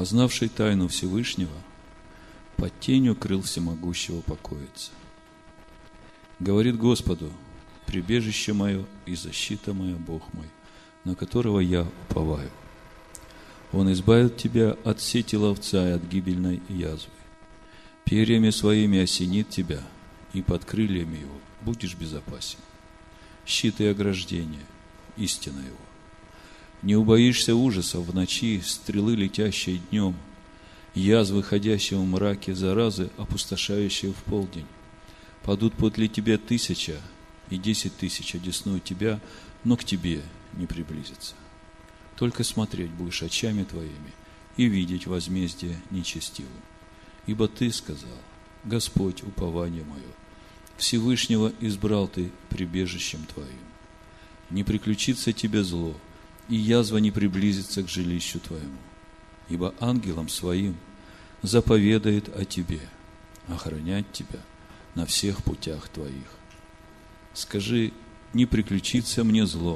Познавший тайну Всевышнего, под тенью крыл всемогущего покоится. Говорит Господу: прибежище мое и защита моя, Бог мой, на которого я уповаю. Он избавит тебя от сети ловца и от гибельной язвы. Перьями своими осенит тебя, и под крыльями его будешь безопасен. Щит и ограждение, истина его. Не убоишься ужасов в ночи, стрелы, летящие днем, язвы, ходящие в мраке, заразы, опустошающие в полдень. Падут подле тебя 1000 и 10 000 одесную тебя, но к тебе не приблизится. Только смотреть будешь очами твоими и видеть возмездие нечестивым. Ибо ты сказал: Господь, упование мое, Всевышнего избрал ты прибежищем твоим. Не приключится тебе зло, и язва не приблизится к жилищу твоему. Ибо ангелом своим заповедает о тебе, охранять тебя на всех путях твоих. Скажи: не приключится мне зло,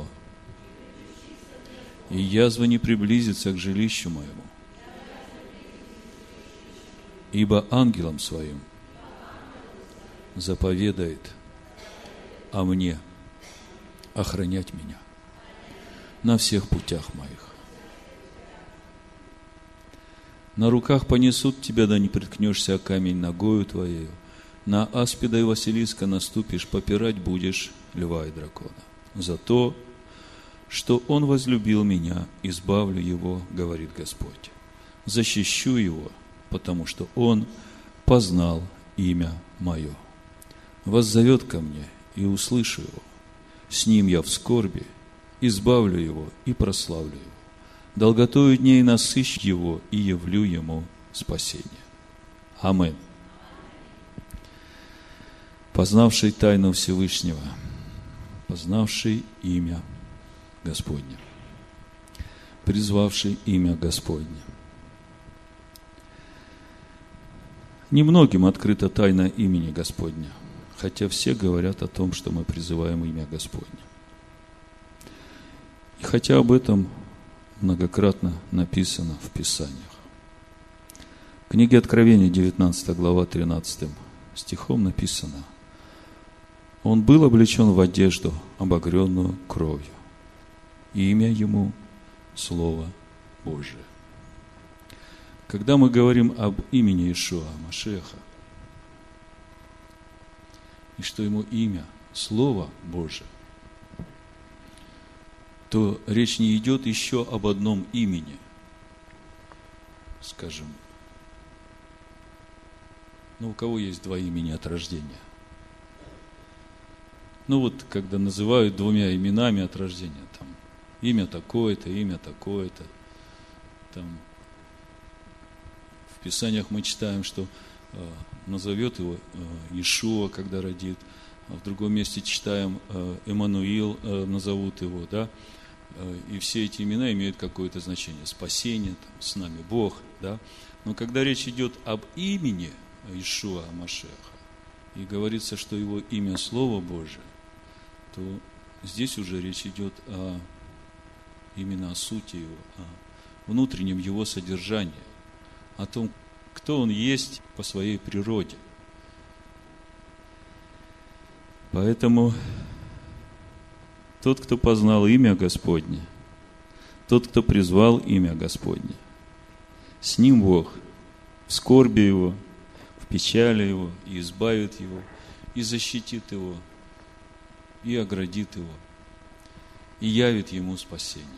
и язва не приблизится к жилищу моему. Ибо ангелом своим заповедает о мне охранять меня на всех путях моих. На руках понесут тебя, да не приткнешься о камень ногою твоею. На аспида и Василиска наступишь, попирать будешь льва и дракона. За то, что он возлюбил меня, избавлю его, говорит Господь. Защищу его, потому что он познал имя мое. Воззовет ко мне, и услышу его. С ним я в скорби, избавлю его и прославлю его. Долготою дней насыщу его и явлю ему спасение. Аминь. Познавший тайну Всевышнего, познавший имя Господне, призвавший имя Господне. Немногим открыта тайна имени Господня, хотя все говорят о том, что мы призываем имя Господне. И хотя об этом многократно написано в Писаниях. В книге Откровения, 19 глава, 13 стихом написано: Он был облечен в одежду, обогренную кровью. Имя ему – Слово Божие. Когда мы говорим об имени Иешуа Машиаха, и что ему имя – Слово Божие, то речь не идет еще об одном имени. Скажем, у кого есть два имени от рождения? Когда называют двумя именами от рождения, там, имя такое-то, имя такое-то, там, в Писаниях мы читаем, что назовет его Иешуа, когда родит, а в другом месте читаем Эммануил, назовут его, да, и все эти имена имеют какое-то значение, спасение, там, с нами Бог, да, но когда речь идет об имени Иешуа Машиаха, и говорится, что его имя Слово Божие, то здесь уже речь идет именно о сути его, о внутреннем его содержании, о том, кто он есть по своей природе. Поэтому тот, кто познал имя Господне, тот, кто призвал имя Господне, с ним Бог в скорби его, в печали его, и избавит его, и защитит его, и оградит его, и явит ему спасение.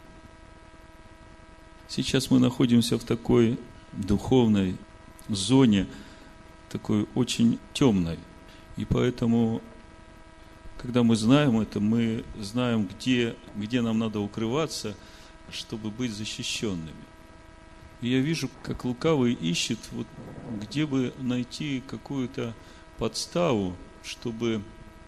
Сейчас мы находимся в такой духовной зоне, такой очень темной, и поэтому, когда мы знаем это, мы знаем, где нам надо укрываться, чтобы быть защищенными. И я вижу, как лукавый ищет, где бы найти какую-то подставу, чтобы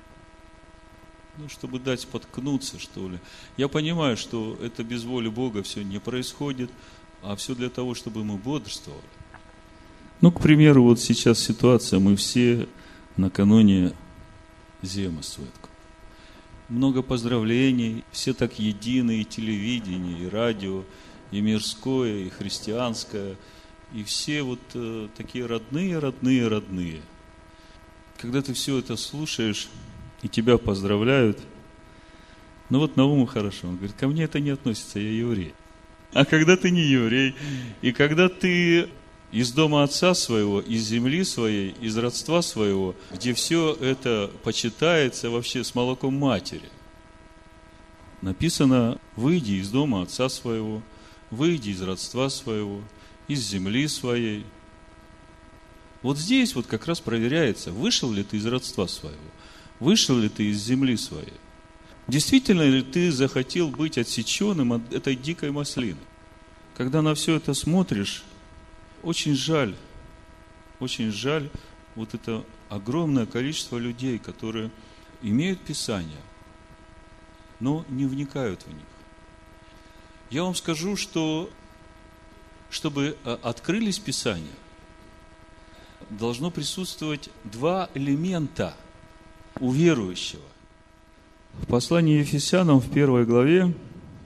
дать споткнуться, что ли. Я понимаю, что это без воли Бога все не происходит, а все для того, чтобы мы бодрствовали. К примеру, сейчас ситуация, мы все накануне Земасвятку. Много поздравлений, все так едины, и телевидение, и радио, и мирское, и христианское, и все вот такие родные. Когда ты все это слушаешь, и тебя поздравляют, ну вот Науму хорошо, он говорит, ко мне это не относится, я еврей. А когда ты не еврей, и когда ты из дома отца своего, из земли своей, из родства своего, где все это почитается вообще с молоком матери. Написано, выйди из дома отца своего, выйди из родства своего, из земли своей. Вот здесь вот как раз проверяется, вышел ли ты из родства своего, вышел ли ты из земли своей. Действительно ли ты захотел быть отсеченным от этой дикой маслины? Когда на все это смотришь, очень жаль вот это огромное количество людей, которые имеют Писание, но не вникают в них. Я вам скажу, что чтобы открылись Писания, должно присутствовать два элемента у верующего. В послании Ефесянам в 1 главе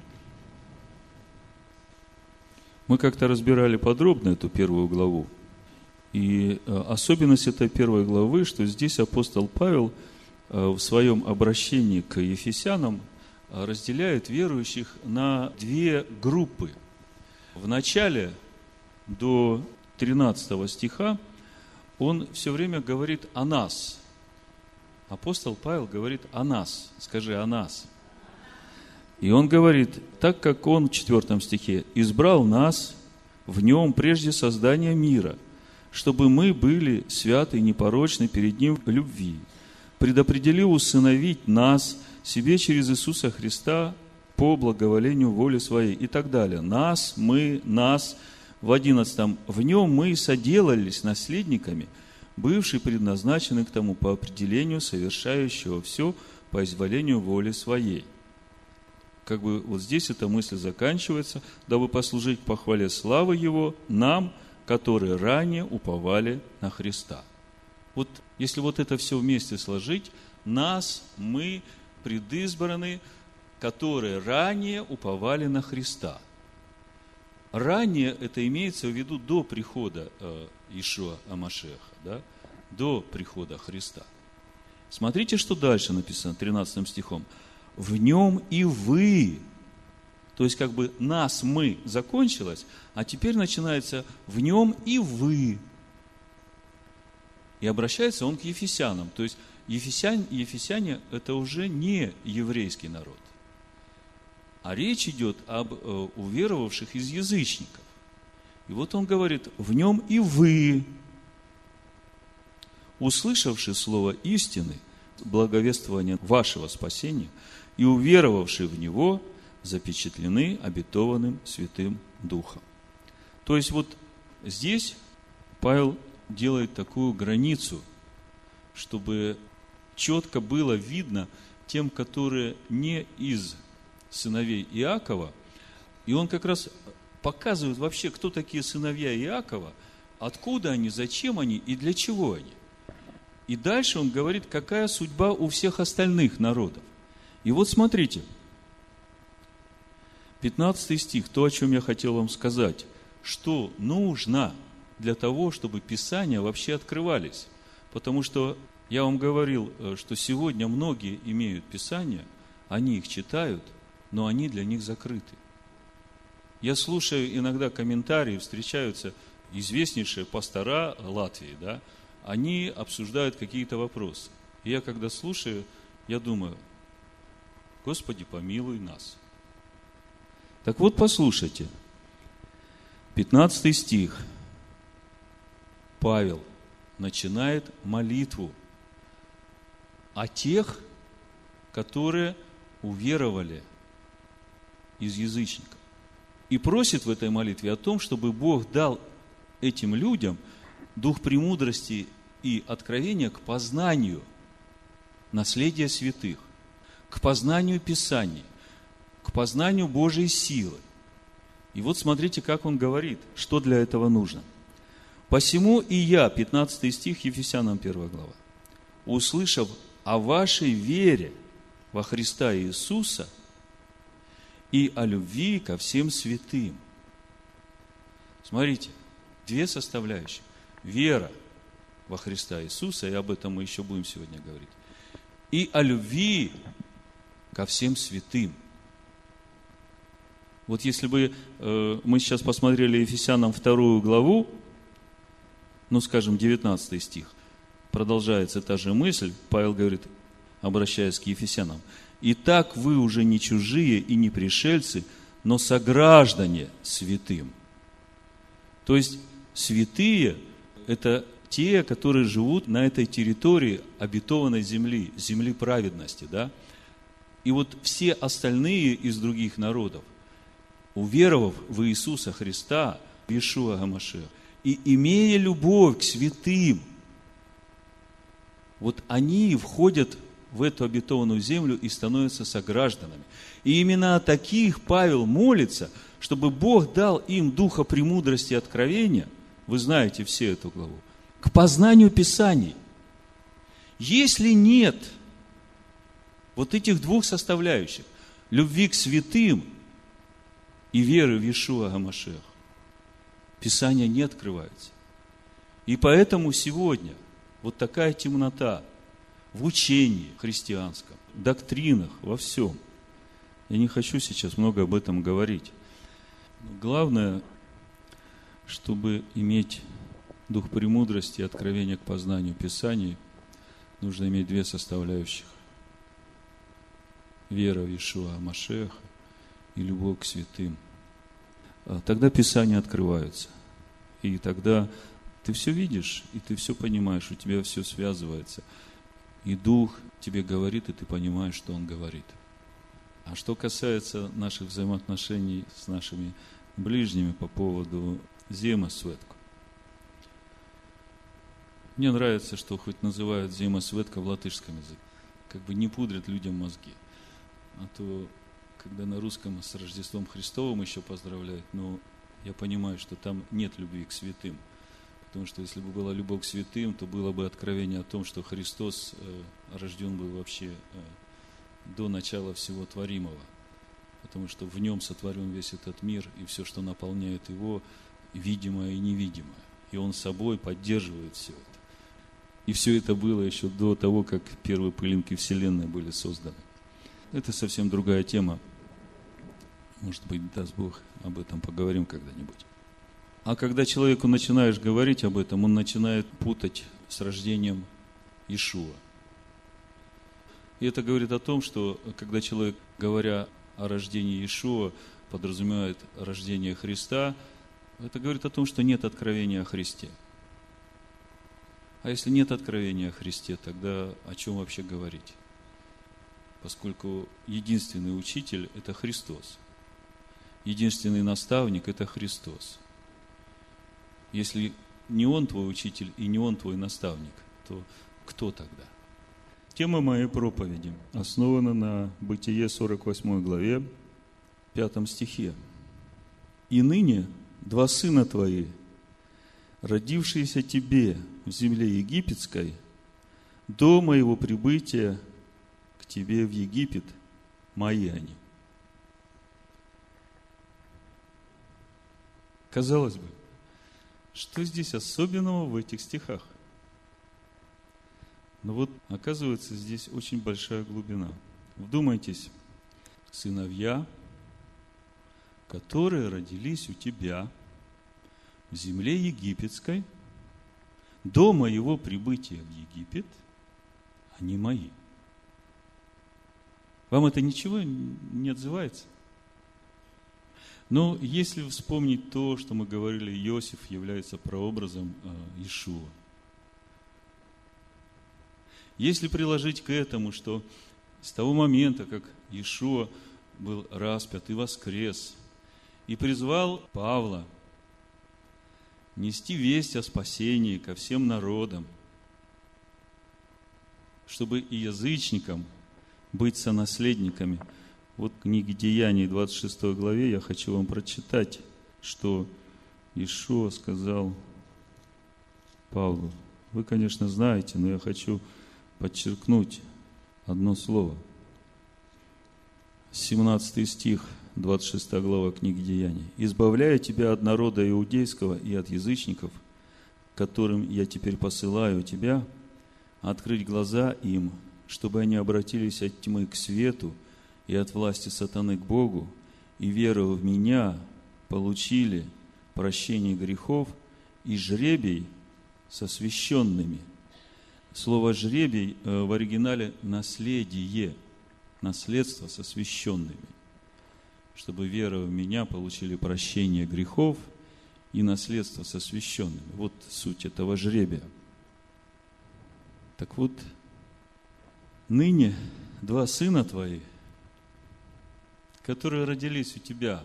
мы как-то разбирали подробно эту 1 главу. И особенность этой 1 главы, что здесь апостол Павел в своем обращении к Ефесянам разделяет верующих на две группы. В начале до 13 стиха он все время говорит о нас. Апостол Павел говорит о нас. Скажи, о нас. И он говорит, так как он в 4 стихе избрал нас в нем прежде создания мира, чтобы мы были святы и непорочны перед ним в любви, предопределил усыновить нас себе через Иисуса Христа по благоволению воли своей и так далее. Нас, мы, нас. В 11. В нем мы соделались наследниками, бывшие предназначены к тому по определению совершающего все по изволению воли своей. Как бы вот здесь эта мысль заканчивается, дабы послужить к похвале славы Его нам, которые ранее уповали на Христа. Вот если вот это все вместе сложить, нас, мы, предизбраны, которые ранее уповали на Христа. Ранее это имеется в виду до прихода Иешуа ха-Машиаха, да? До прихода Христа. Смотрите, что дальше написано 13 стихом. В нем и вы. То есть, как бы нас, мы закончилось, а теперь начинается в нем и вы. И обращается он к ефесянам. То есть, ефесяне это уже не еврейский народ. А речь идет об уверовавших из язычников. И вот он говорит, в нем и вы, услышавши слово истины, благовествование вашего спасения, и уверовавшие в него, запечатлены обетованным Святым Духом. То есть вот здесь Павел делает такую границу, чтобы четко было видно тем, которые не из сыновей Иакова, и он как раз показывает вообще, кто такие сыновья Иакова, откуда они, зачем они и для чего они. И дальше он говорит, какая судьба у всех остальных народов. И вот смотрите, 15 стих, то, о чем я хотел вам сказать, что нужно для того, чтобы Писания вообще открывались. Потому что я вам говорил, что сегодня многие имеют Писания, они их читают, но они для них закрыты. Я слушаю иногда комментарии, встречаются известнейшие пастора Латвии, да, они обсуждают какие-то вопросы. И я когда слушаю, я думаю, Господи, помилуй нас. Так вот, послушайте, 15 стих. Павел начинает молитву о тех, которые уверовали из язычников. И просит в этой молитве о том, чтобы Бог дал этим людям дух премудрости и откровения к познанию наследия святых, к познанию Писаний, к познанию Божьей силы. И вот смотрите, как он говорит, что для этого нужно. «Посему и я», 15 стих, Ефесянам 1 глава, «услышав о вашей вере во Христа Иисуса и о любви ко всем святым». Смотрите, две составляющие. Вера во Христа Иисуса, и об этом мы еще будем сегодня говорить, и о любви ко всем святым. Вот если бы мы сейчас посмотрели Ефесянам 2 главу, скажем, 19 стих, продолжается та же мысль, Павел говорит, обращаясь к Ефесянам: «Итак, вы уже не чужие и не пришельцы, но сограждане святым». То есть, святые – это те, которые живут на этой территории обетованной земли, земли праведности, да? И вот все остальные из других народов, уверовав в Иисуса Христа, в Иешуа га-Машиаха, и имея любовь к святым, вот они входят в эту обетованную землю и становятся согражданами. И именно о таких Павел молится, чтобы Бог дал им духа премудрости и откровения, вы знаете все эту главу, к познанию Писаний. Если нет вот этих двух составляющих, любви к святым и веры в Иешуа га-Машиаха, Писания не открывается. И поэтому сегодня вот такая темнота в учении христианском, доктринах, во всем. Я не хочу сейчас много об этом говорить. Но главное, чтобы иметь дух премудрости и откровения к познанию Писаний, нужно иметь две составляющих. Вера в Иешуа га-Машиаха и любовь к святым. Тогда Писания открываются. И тогда ты все видишь, и ты все понимаешь, у тебя все связывается. И Дух тебе говорит, и ты понимаешь, что Он говорит. А что касается наших взаимоотношений с нашими ближними по поводу взаимосветку. Мне нравится, что хоть называют взаимосветка в латышском языке. Как бы не пудрят людям мозги. А то, когда на русском с Рождеством Христовым еще поздравляют, но я понимаю, что там нет любви к святым. Потому что если бы была любовь к святым, то было бы откровение о том, что Христос рожден был вообще до начала всего творимого. Потому что в нем сотворен весь этот мир, и все, что наполняет его, видимое и невидимое. И он собой поддерживает все это. И все это было еще до того, как первые пылинки Вселенной были созданы. Это совсем другая тема. Может быть, даст Бог, об этом поговорим когда-нибудь. А когда человеку начинаешь говорить об этом, он начинает путать с рождением Иешуа. И это говорит о том, что когда человек, говоря о рождении Иешуа, подразумевает рождение Христа, это говорит о том, что нет откровения о Христе. А если нет откровения о Христе, тогда о чем вообще говорить? Поскольку единственный учитель – это Христос. Единственный наставник – это Христос. Если не Он твой учитель и не Он твой наставник, то кто тогда? Тема моей проповеди основана на Бытие 48 главе, 5 стихе. «И ныне 2 сына твои, родившиеся тебе в земле египетской, до моего прибытия к тебе в Египет, мои они». Казалось бы, что здесь особенного в этих стихах? Но вот, оказывается, здесь очень большая глубина. Вдумайтесь, сыновья, которые родились у тебя в земле египетской, до моего прибытия в Египет, они мои. Вам это ничего не отзывается? Но если вспомнить то, что мы говорили, Иосиф является прообразом Иешуа. Если приложить к этому, что с того момента, как Иешуа был распят и воскрес, и призвал Павла нести весть о спасении ко всем народам, чтобы и язычникам быть сонаследниками. Вот в книге Деяний, 26 главе, я хочу вам прочитать, что Иешуа сказал Павлу. Вы, конечно, знаете, но я хочу подчеркнуть одно слово. 17 стих 26 глава книги Деяний. «Избавляя тебя от народа иудейского и от язычников, которым я теперь посылаю тебя, открыть глаза им, чтобы они обратились от тьмы к свету и от власти сатаны к Богу, и, веруя в меня, получили прощение грехов и жребий со священными». Слово «жребий» в оригинале «наследие», наследство со священными. Чтобы, веруя в меня, получили прощение грехов и наследство со священными. Вот суть этого жребия. Так вот, ныне 2 сына твои, которые родились у тебя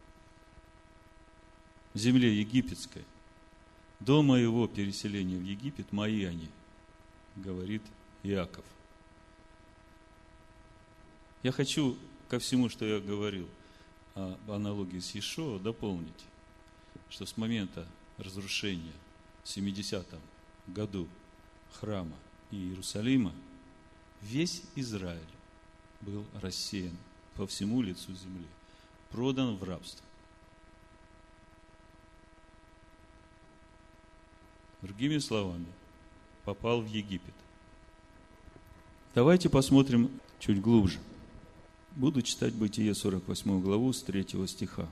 в земле египетской, до моего переселения в Египет, мои они, говорит Иаков. Я хочу ко всему, что я говорил об аналогии с Иешуа, дополнить, что с момента разрушения в 70-м году храма и Иерусалима весь Израиль был рассеян по всему лицу земли, продан в рабство. Другими словами, попал в Египет. Давайте посмотрим чуть глубже. Буду читать Бытие 48 главу с 3 стиха.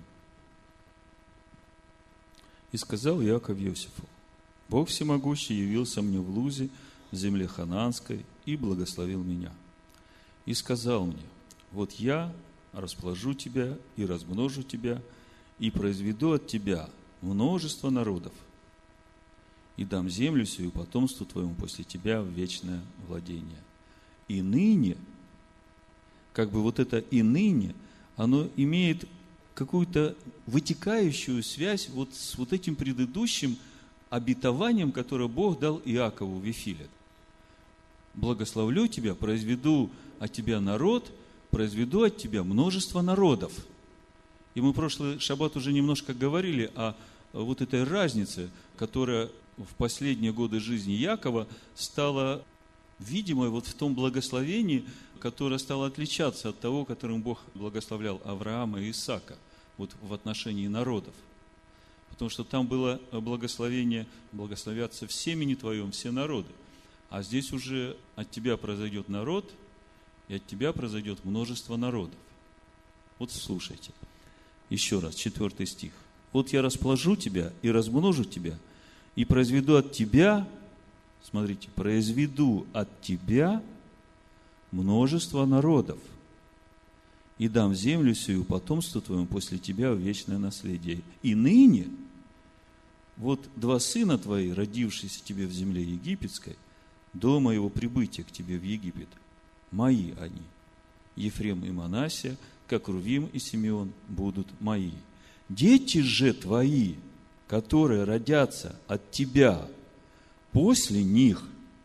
«И сказал Иаков Иосифу: Бог всемогущий явился мне в Лузе, в земле Ханаанской, и благословил меня. И сказал мне: вот я распложу тебя и размножу тебя, и произведу от тебя множество народов, и дам землю сию потомству твоему после тебя в вечное владение. И ныне», как бы вот это «и ныне», оно имеет какую-то вытекающую связь вот с вот этим предыдущим обетованием, которое Бог дал Иакову в Вифиле. «Благословлю тебя, произведу от тебя народ, произведу от тебя множество народов». И мы в прошлый шаббат уже немножко говорили о вот этой разнице, которая в последние годы жизни Иакова стала видимой вот в том благословении, которое стало отличаться от того, которым Бог благословлял Авраама и Исаака, вот в отношении народов. Потому что там было благословение благословятся в семени твоем все народы. А здесь уже от тебя произойдет народ, и от тебя произойдет множество народов. Вот слушайте. Еще раз, 4 стих. «Вот я распложу тебя и размножу тебя, и произведу от тебя», смотрите, «произведу от тебя множество народов, и дам землю сию потомству твоему после тебя в вечное наследие. И ныне вот 2 сына твои, родившиеся тебе в земле египетской, до моего прибытия к тебе в Египет, мои они. Ефрем и Манассия, как Рувим и Симеон, будут мои. Дети же твои, которые родятся от тебя после них,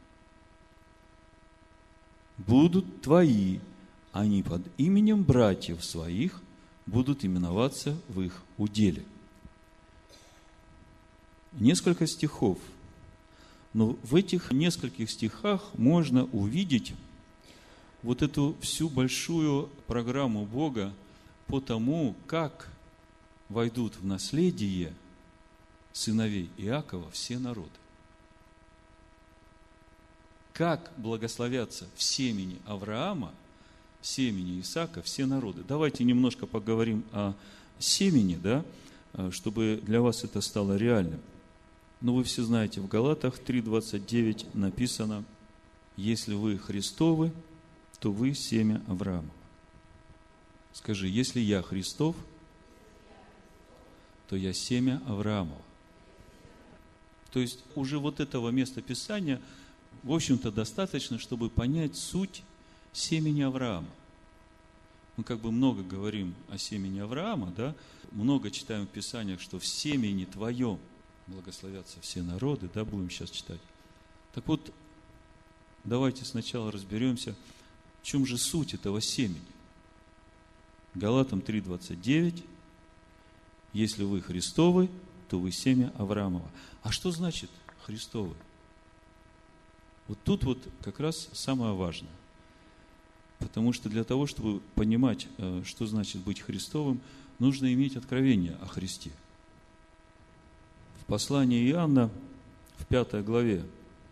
будут твои, они под именем братьев своих будут именоваться в их уделе». Несколько стихов. Но в этих нескольких стихах можно увидеть вот эту всю большую программу Бога по тому, как войдут в наследие сыновей Иакова все народы. Как благословятся в семени Авраама, в семени Исаака все народы. Давайте немножко поговорим о семени, да, чтобы для вас это стало реальным. Но вы все знаете, в Галатах 3:29 написано: «Если вы Христовы, то вы семя Авраама». Скажи: если я Христов, то я семя Авраамова. То есть уже вот этого места Писания, в общем-то, достаточно, чтобы понять суть семени Авраама. Мы как бы много говорим о семени Авраама, да? Много читаем в Писаниях, что в семени твоем благословятся все народы, да, будем сейчас читать. Так вот, давайте сначала разберемся, в чем же суть этого семени. Галатам 3:29: «Если вы Христовы, то вы семя Авраамова». А что значит Христовы? Вот тут вот как раз самое важное. Потому что для того, чтобы понимать, что значит быть Христовым, нужно иметь откровение о Христе. В послании Иоанна, в 5 главе,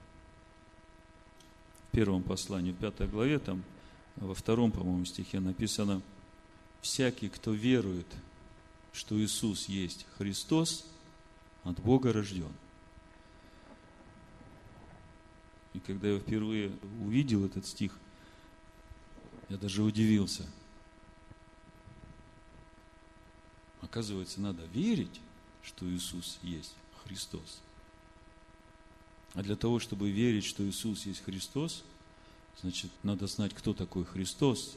в первом послании, в 5 главе, там во 2, по-моему, стихе написано: «Всякий, кто верует, что Иисус есть Христос, от Бога рожден». И когда я впервые увидел этот стих, я даже удивился. Оказывается, надо верить, что Иисус есть Христос. А для того, чтобы верить, что Иисус есть Христос, значит, надо знать, кто такой Христос.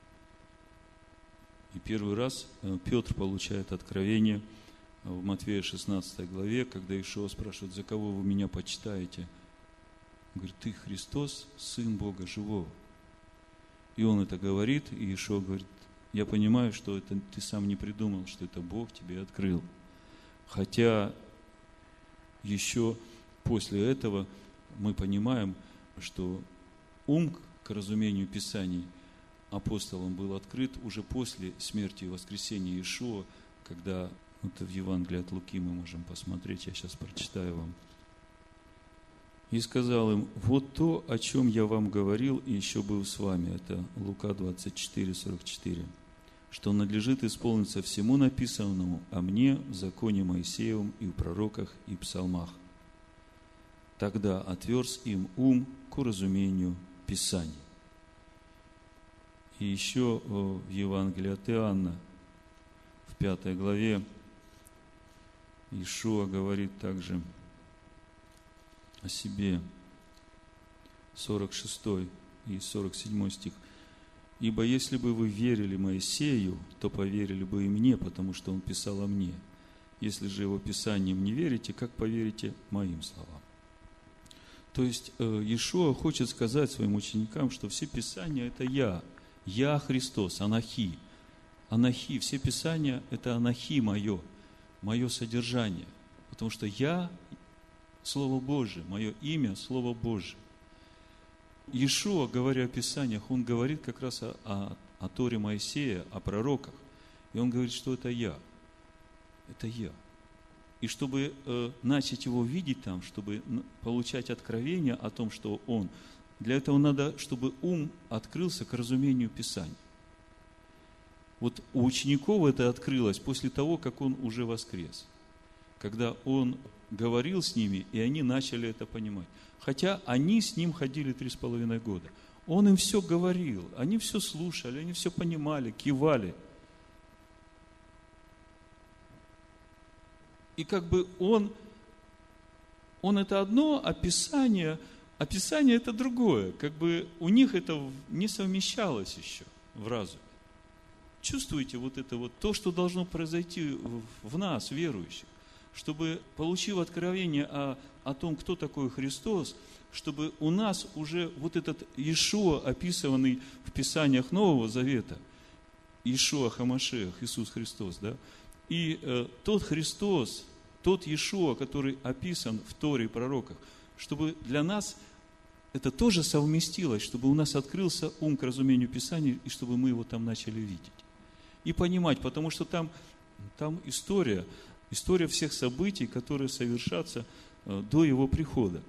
И первый раз Петр получает откровение в Матфея 16 главе, когда Иешуа спрашивает: «За кого вы меня почитаете?» Он говорит: «Ты Христос, Сын Бога Живого». И он это говорит, и Иешуа говорит: «Я понимаю, что это ты сам не придумал, что это Бог тебе открыл». Хотя еще после этого мы понимаем, что ум к разумению Писаний апостолам был открыт уже после смерти и воскресения Иешуа, когда это в Евангелии от Луки мы можем посмотреть, я сейчас прочитаю вам. «И сказал им: вот то, о чем я вам говорил, и еще был с вами». Это Лука 24, 44. «Что надлежит исполниться всему написанному о мне в законе Моисеевом и в пророках и псалмах. Тогда отверз им ум к уразумению Писаний». И еще в Евангелии от Иоанна, в 5 главе, Иешуа говорит также о себе, 46 и 47 стих. «Ибо если бы вы верили Моисею, то поверили бы и мне, потому что он писал о мне. Если же его писанием не верите, как поверите моим словам?» То есть Иешуа хочет сказать своим ученикам, что все писания – это я Христос, анахи. Анахи, все писания – это анахи мое содержание. Потому что я – Слово Божие, мое имя – Слово Божие. Иешуа, говоря о Писаниях, он говорит как раз о Торе Моисея, о пророках. И он говорит, что это я. Это я. И чтобы начать его видеть там, чтобы получать откровение о том, что он, для этого надо, чтобы ум открылся к разумению Писаний. Вот у учеников это открылось после того, как он уже воскрес. Когда он говорил с ними, и они начали это понимать. Хотя они с ним ходили 3,5 года. Он им все говорил, они все слушали, они все понимали, кивали. И как бы он это одно, а Писание это другое. Как бы у них это не совмещалось еще в разуме. Чувствуете вот это вот, то, что должно произойти в нас, верующих, чтобы, получив откровение о том, кто такой Христос, чтобы у нас уже вот этот Иешуа, описанный в Писаниях Нового Завета, Иешуа Хамашеах, Иисус Христос, да, и тот Христос, тот Иешуа, который описан в Торе и пророках, чтобы для нас это тоже совместилось, чтобы у нас открылся ум к разумению Писаний, и чтобы мы его там начали видеть. И понимать, потому что там история всех событий, которые совершатся до его прихода.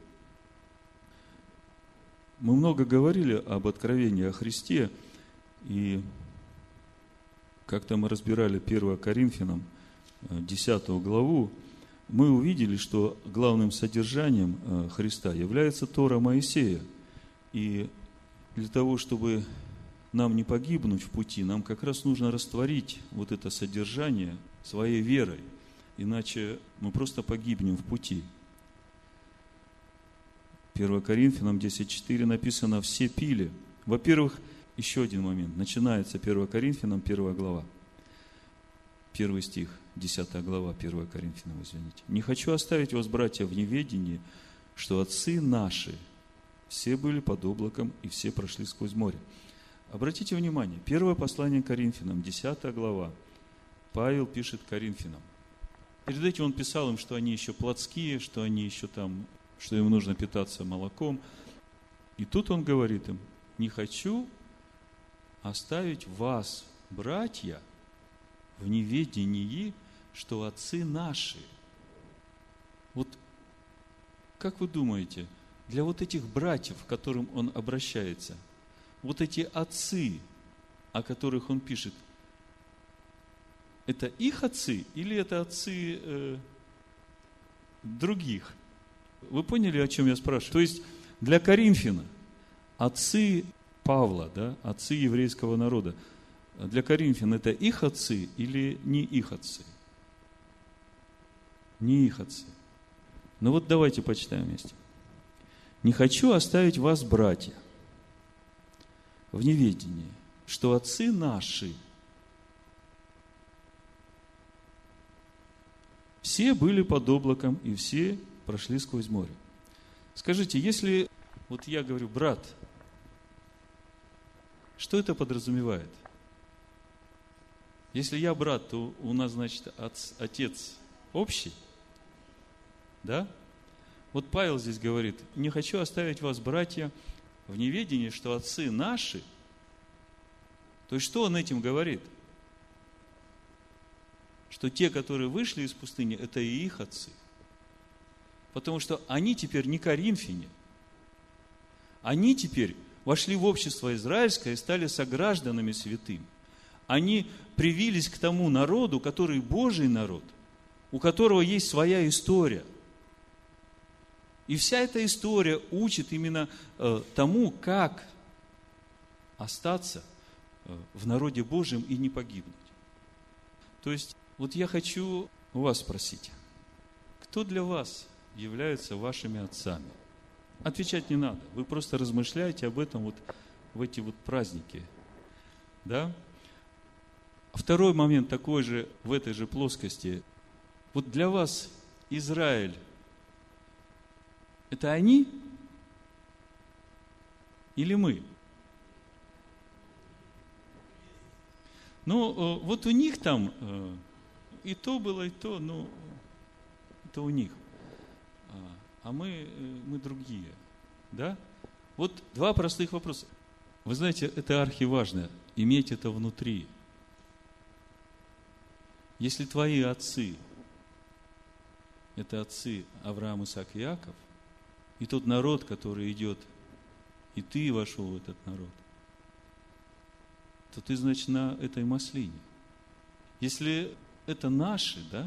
Мы много говорили об откровении о Христе, и как-то мы разбирали 1 Коринфянам 10 главу, мы увидели, что главным содержанием Христа является Тора Моисея. И для того, чтобы нам не погибнуть в пути, нам как раз нужно растворить вот это содержание своей верой. Иначе мы просто погибнем в пути. 1 Коринфянам 10:4 написано: «Все пили». Во-первых, еще один момент. Начинается 1 Коринфянам 1 глава. 1 стих, 10 глава 1 Коринфянам, извините. «Не хочу оставить вас, братья, в неведении, что отцы наши все были под облаком и все прошли сквозь море». Обратите внимание, первое послание к Коринфянам, 10 глава. Павел пишет Коринфянам. Перед этим он писал им, что они еще плотские, что они еще там, что им нужно питаться молоком. И тут он говорит им: не хочу оставить вас, братья, в неведении, что отцы наши. Вот как вы думаете, для вот этих братьев, к которым он обращается, вот эти отцы, о которых он пишет, это их отцы или это отцы других? Вы поняли, о чем я спрашиваю? То есть для Коринфяна отцы Павла, да, отцы еврейского народа, для Коринфян это их отцы или не их отцы? Не их отцы. Ну вот давайте почитаем вместе. «Не хочу оставить вас, братья, в неведении, что отцы наши все были под облаком и все прошли сквозь море». Скажите, если вот я говорю брат, что это подразумевает? Если я брат, то у нас, значит, отец общий, да? Вот Павел здесь говорит: не хочу оставить вас, братья, в неведении, что отцы наши. То есть, что он этим говорит? Что те, которые вышли из пустыни, это и их отцы. Потому что они теперь не коринфяне. Они теперь вошли в общество израильское и стали согражданами святым. Они привились к тому народу, который Божий народ, у которого есть своя история. И вся эта история учит именно тому, как остаться в народе Божьем и не погибнуть. То есть, вот я хочу у вас спросить, кто для вас являются вашими отцами? Отвечать не надо, вы просто размышляете об этом вот в эти вот праздники. Да? Второй момент такой же, в этой же плоскости. Вот для вас Израиль – это они или мы? Ну, вот у них там и то было, и то, ну, это у них. А мы другие. Да? Вот два простых вопроса. Вы знаете, это архиважно, иметь это внутри. Если твои отцы – это отцы Авраам, Исаак и Иаков, и тот народ, который идет, и ты вошел в этот народ, то ты, значит, на этой маслине. Если это наши, да,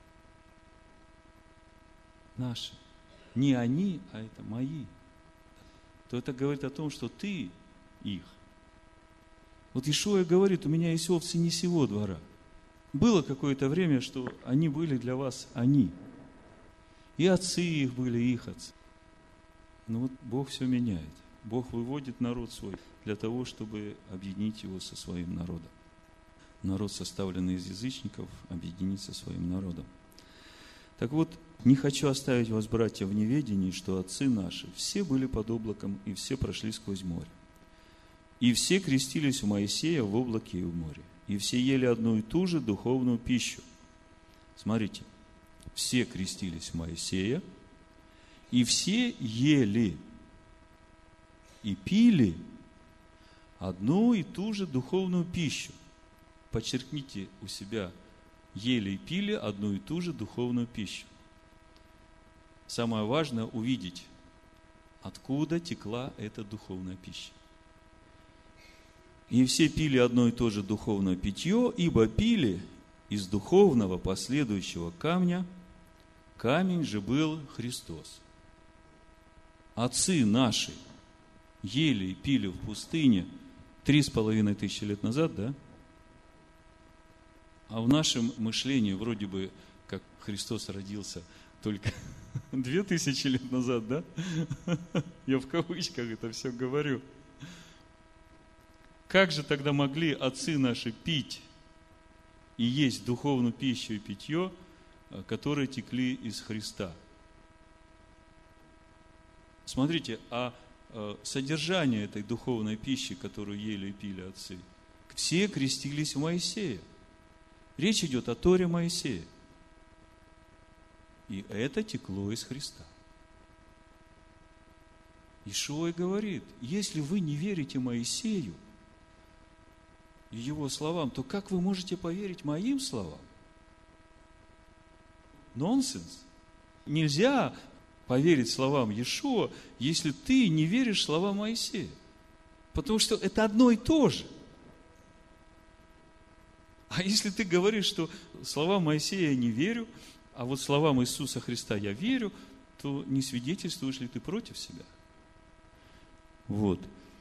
наши, не они, а это мои, то это говорит о том, что ты их. Вот Иешуа говорит: у меня есть овцы не сего двора. Было какое-то время, что они были для вас они. И отцы их были, и их отцы. Но вот Бог все меняет. Бог выводит народ свой для того, чтобы объединить его со своим народом. Народ, составленный из язычников, объединить со своим народом. Так вот, не хочу оставить вас, братья, в неведении, что отцы наши все были под облаком и все прошли сквозь море. И все крестились у Моисея в облаке и в море. И все ели одну и ту же духовную пищу. Смотрите, все крестились у Моисея, и все ели и пили одну и ту же духовную пищу. Подчеркните у себя: ели и пили одну и ту же духовную пищу. Самое важное увидеть, откуда текла эта духовная пища. И все пили одно и то же духовное питье, ибо пили из духовного последующего камня, камень же был Христос. Отцы наши ели и пили в пустыне 3500 лет назад, да? А в нашем мышлении вроде бы как Христос родился только 2000 лет назад, да? Я в кавычках это все говорю. Как же тогда могли отцы наши пить и есть духовную пищу и питье, которые текли из Христа? Смотрите, а содержание этой духовной пищи, которую ели и пили отцы, все крестились у Моисея. Речь идет о Торе Моисея. И это текло из Христа. Иешуа говорит: если вы не верите Моисею, Его словам, то как вы можете поверить моим словам? Нонсенс. Нельзя поверить словам Иешуа, если ты не веришь словам Моисея. Потому что это одно и то же. А если ты говоришь, что словам Моисея я не верю, а вот словам Иисуса Христа я верю, то не свидетельствуешь ли ты против себя? Вот.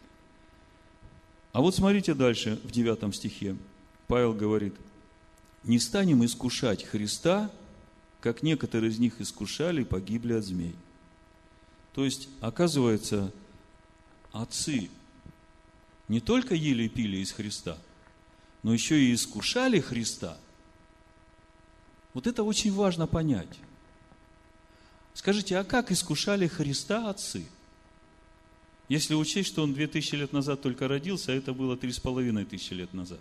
А вот смотрите дальше, в 9 стихе. Павел говорит: «Не станем искушать Христа, как некоторые из них искушали и погибли от змей». То есть, оказывается, отцы не только ели и пили из Христа, но еще и искушали Христа. Вот это очень важно понять. Скажите, а как искушали Христа отцы? Если учесть, что он 2000 лет назад только родился, а это было 3500 лет назад.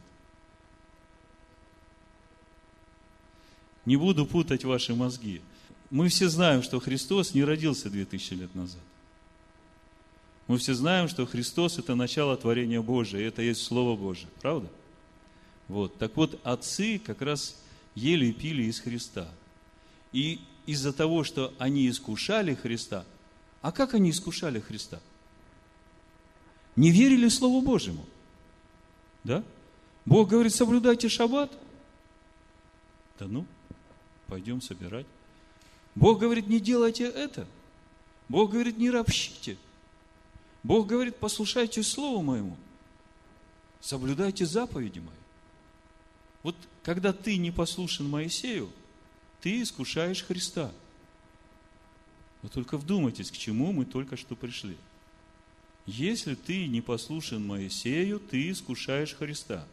Не буду путать ваши мозги. Мы все знаем, что Христос не родился 2000 лет назад. Мы все знаем, что Христос – это начало творения Божия, и это есть Слово Божие. Правда? Вот. Так вот, отцы как раз ели и пили из Христа. И из-за того, что они искушали Христа, а как они искушали Христа? Не верили Слову Божьему. Да? Бог говорит: соблюдайте шаббат. Да ну, пойдем собирать. Бог говорит: не делайте это. Бог говорит: не ропщите. Бог говорит: послушайте Слову Моему. Соблюдайте заповеди Мои. Вот когда ты не послушен Моисею, ты искушаешь Христа. Вы только вдумайтесь, к чему мы только что пришли. Если ты не послушен Моисею, ты искушаешь Христа.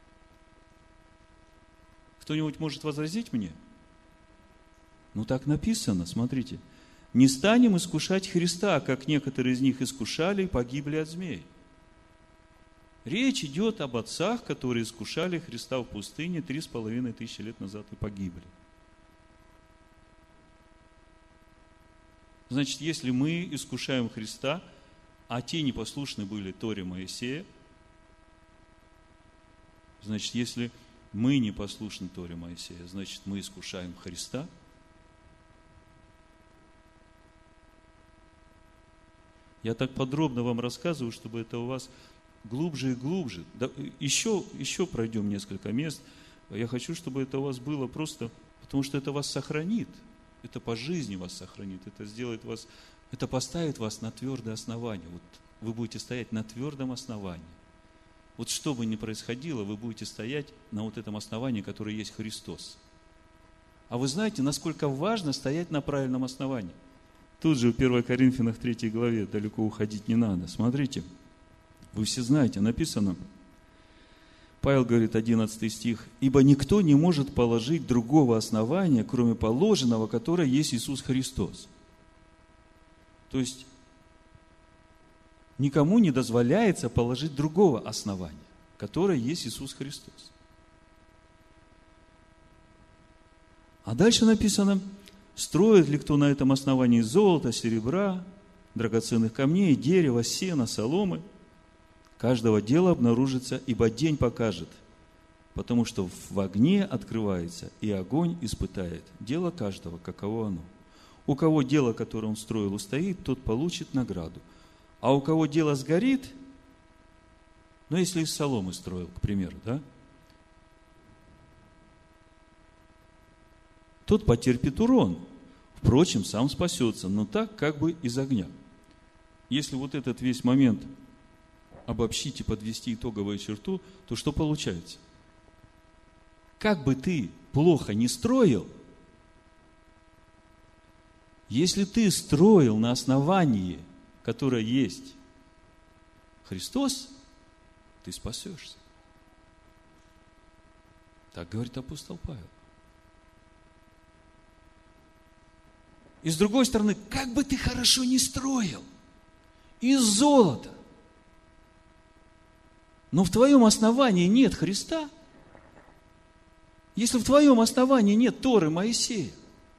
Кто-нибудь может возразить мне? Ну так написано, смотрите. Не станем искушать Христа, как некоторые из них искушали и погибли от змей. Речь идет об отцах, которые искушали Христа в пустыне 3500 лет назад и погибли. Значит, если мы искушаем Христа, а те непослушны были Торе Моисея, значит, если мы непослушны Торе Моисея, значит, мы искушаем Христа. Я так подробно вам рассказываю, чтобы это у вас глубже и глубже. Да, еще пройдем несколько мест. Я хочу, чтобы это у вас было просто, потому что это вас сохранит. Это по жизни вас сохранит. Это сделает вас, это поставит вас на твердое основание. Вот вы будете стоять на твердом основании. Вот что бы ни происходило, вы будете стоять на вот этом основании, которое есть Христос. А вы знаете, насколько важно стоять на правильном основании? Тут же в 1 Коринфянах 3 главе, далеко уходить не надо. Смотрите, вы все знаете, написано, Павел говорит, 11 стих: «Ибо никто не может положить другого основания, кроме положенного, которое есть Иисус Христос». То есть, никому не дозволяется положить другого основания, которое есть Иисус Христос. А дальше написано: «Строит ли кто на этом основании золота, серебра, драгоценных камней, дерева, сена, соломы? Каждого дела обнаружится, ибо день покажет, потому что в огне открывается, и огонь испытает дело каждого, каково оно. У кого дело, которое он строил, устоит, тот получит награду. А у кого дело сгорит, ну, если из соломы строил, к примеру, да, тот потерпит урон. Впрочем, сам спасется, но так, как бы из огня». Если вот этот весь момент обобщить и подвести итоговую черту, то что получается? Как бы ты плохо не строил, если ты строил на основании, которое есть Христос, ты спасешься. Так говорит апостол Павел. И с другой стороны, как бы ты хорошо не строил, из золота, но в твоем основании нет Христа, если в твоем основании нет Торы Моисея,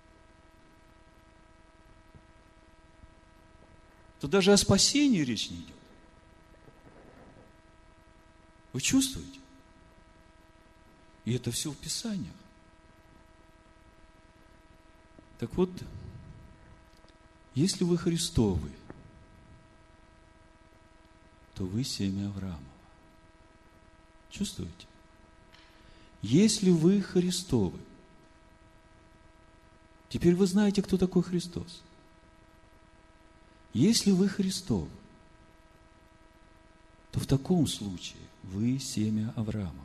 то даже о спасении речь не идет. Вы чувствуете? И это все в Писаниях. Так вот, если вы Христовы, то вы семя Авраамова. Чувствуете? Если вы Христовы, теперь вы знаете, кто такой Христос. Если вы Христовы, то в таком случае вы семя Авраамова.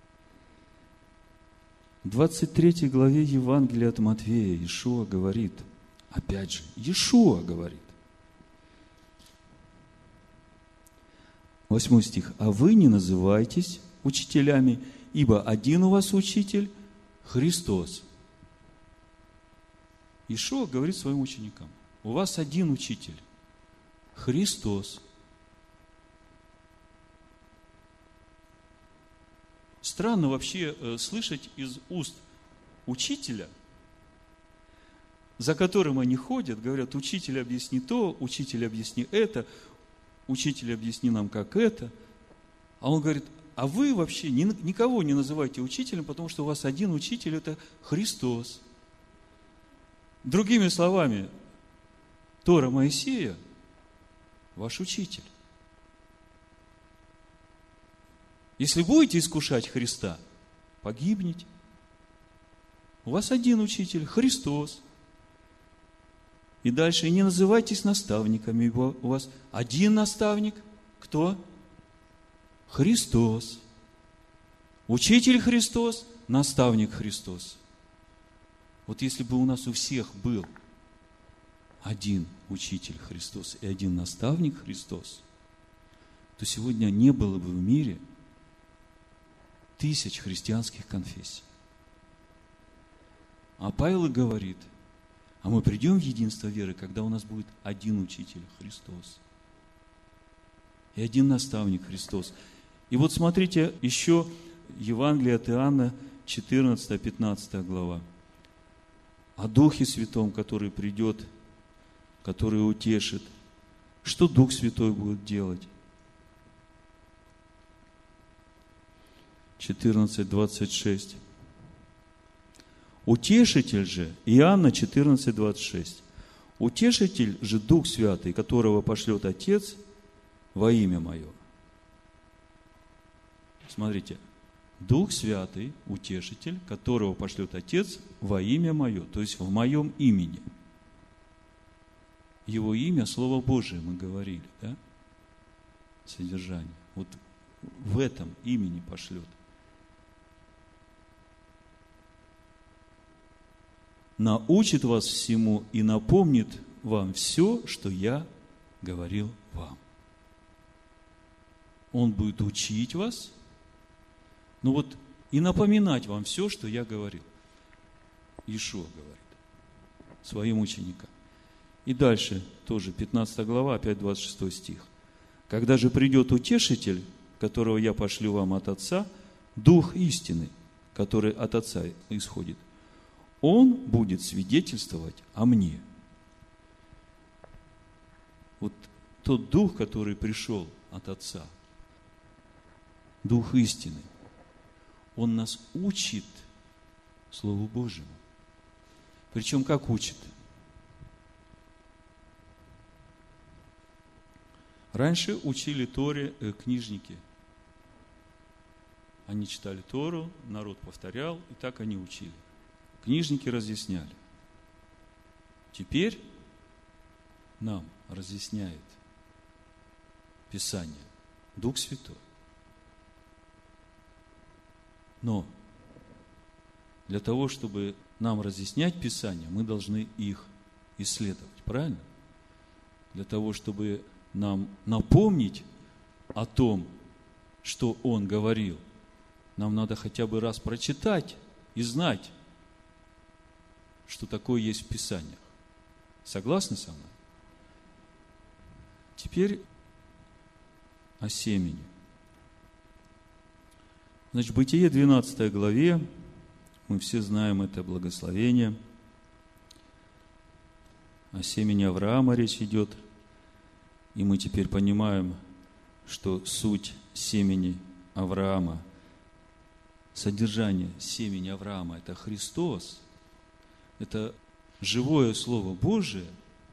В 23 главе Евангелия от Матфея Иешуа говорит, опять же, Иешуа говорит, 8 стих, «А вы не называйтесь учителями, ибо один у вас учитель – Христос». Иешуа говорит своим ученикам, у вас один учитель – Христос. Странно вообще слышать из уст учителя, за которым они ходят, говорят, учитель, объясни то, учитель, объясни это, учитель, объясни нам, как это. А он говорит, а вы вообще никого не называйте учителем, потому что у вас один учитель – это Христос. Другими словами, Тора Моисея – ваш учитель. Если будете искушать Христа, погибнете. У вас один учитель – Христос. И дальше не называйтесь наставниками, ибо у вас один наставник. Кто? Христос. Учитель Христос, наставник Христос. Вот если бы у нас у всех был один учитель Христос и один наставник Христос, то сегодня не было бы в мире тысяч христианских конфессий. А Павел говорит, а мы придем в единство веры, когда у нас будет один учитель Христос и один наставник Христос. И вот смотрите, еще Евангелие от Иоанна, 14-15 глава. О Духе Святом, который придет, который утешит. Что Дух Святой будет делать? 14:26. Утешитель же, Иоанна 14:26. Утешитель же Дух Святый, которого пошлет Отец во имя Мое. Смотрите, Дух Святый, Утешитель, которого пошлет Отец во имя Мое, то есть в Моем имени. Его имя, Слово Божие, мы говорили, да? Содержание. Вот в этом имени пошлет. Научит вас всему и напомнит вам все, что я говорил вам. Он будет учить вас, ну вот и напоминать вам все, что я говорил. Иешуа говорит своим ученикам. И дальше тоже 15 глава, опять 26 стих. Когда же придет Утешитель, которого я пошлю вам от Отца, Дух истины, который от Отца исходит, Он будет свидетельствовать о мне. Вот тот Дух, который пришел от Отца, Дух истины, Он нас учит Слову Божьему. Причем как учит? Раньше учили Торе книжники. Они читали Тору, народ повторял, и так они учили. Книжники разъясняли. Теперь нам разъясняет Писание Дух Святой. Но для того, чтобы нам разъяснять Писание, мы должны их исследовать. Правильно? Для того, чтобы нам напомнить о том, что Он говорил, нам надо хотя бы раз прочитать и знать, что такое есть в Писаниях. Согласны со мной? Теперь о семени. Значит, в Бытие 12 главе, мы все знаем это благословение, о семени Авраама речь идет, и мы теперь понимаем, что суть семени Авраама содержание семени Авраама – это Христос, это живое Слово Божие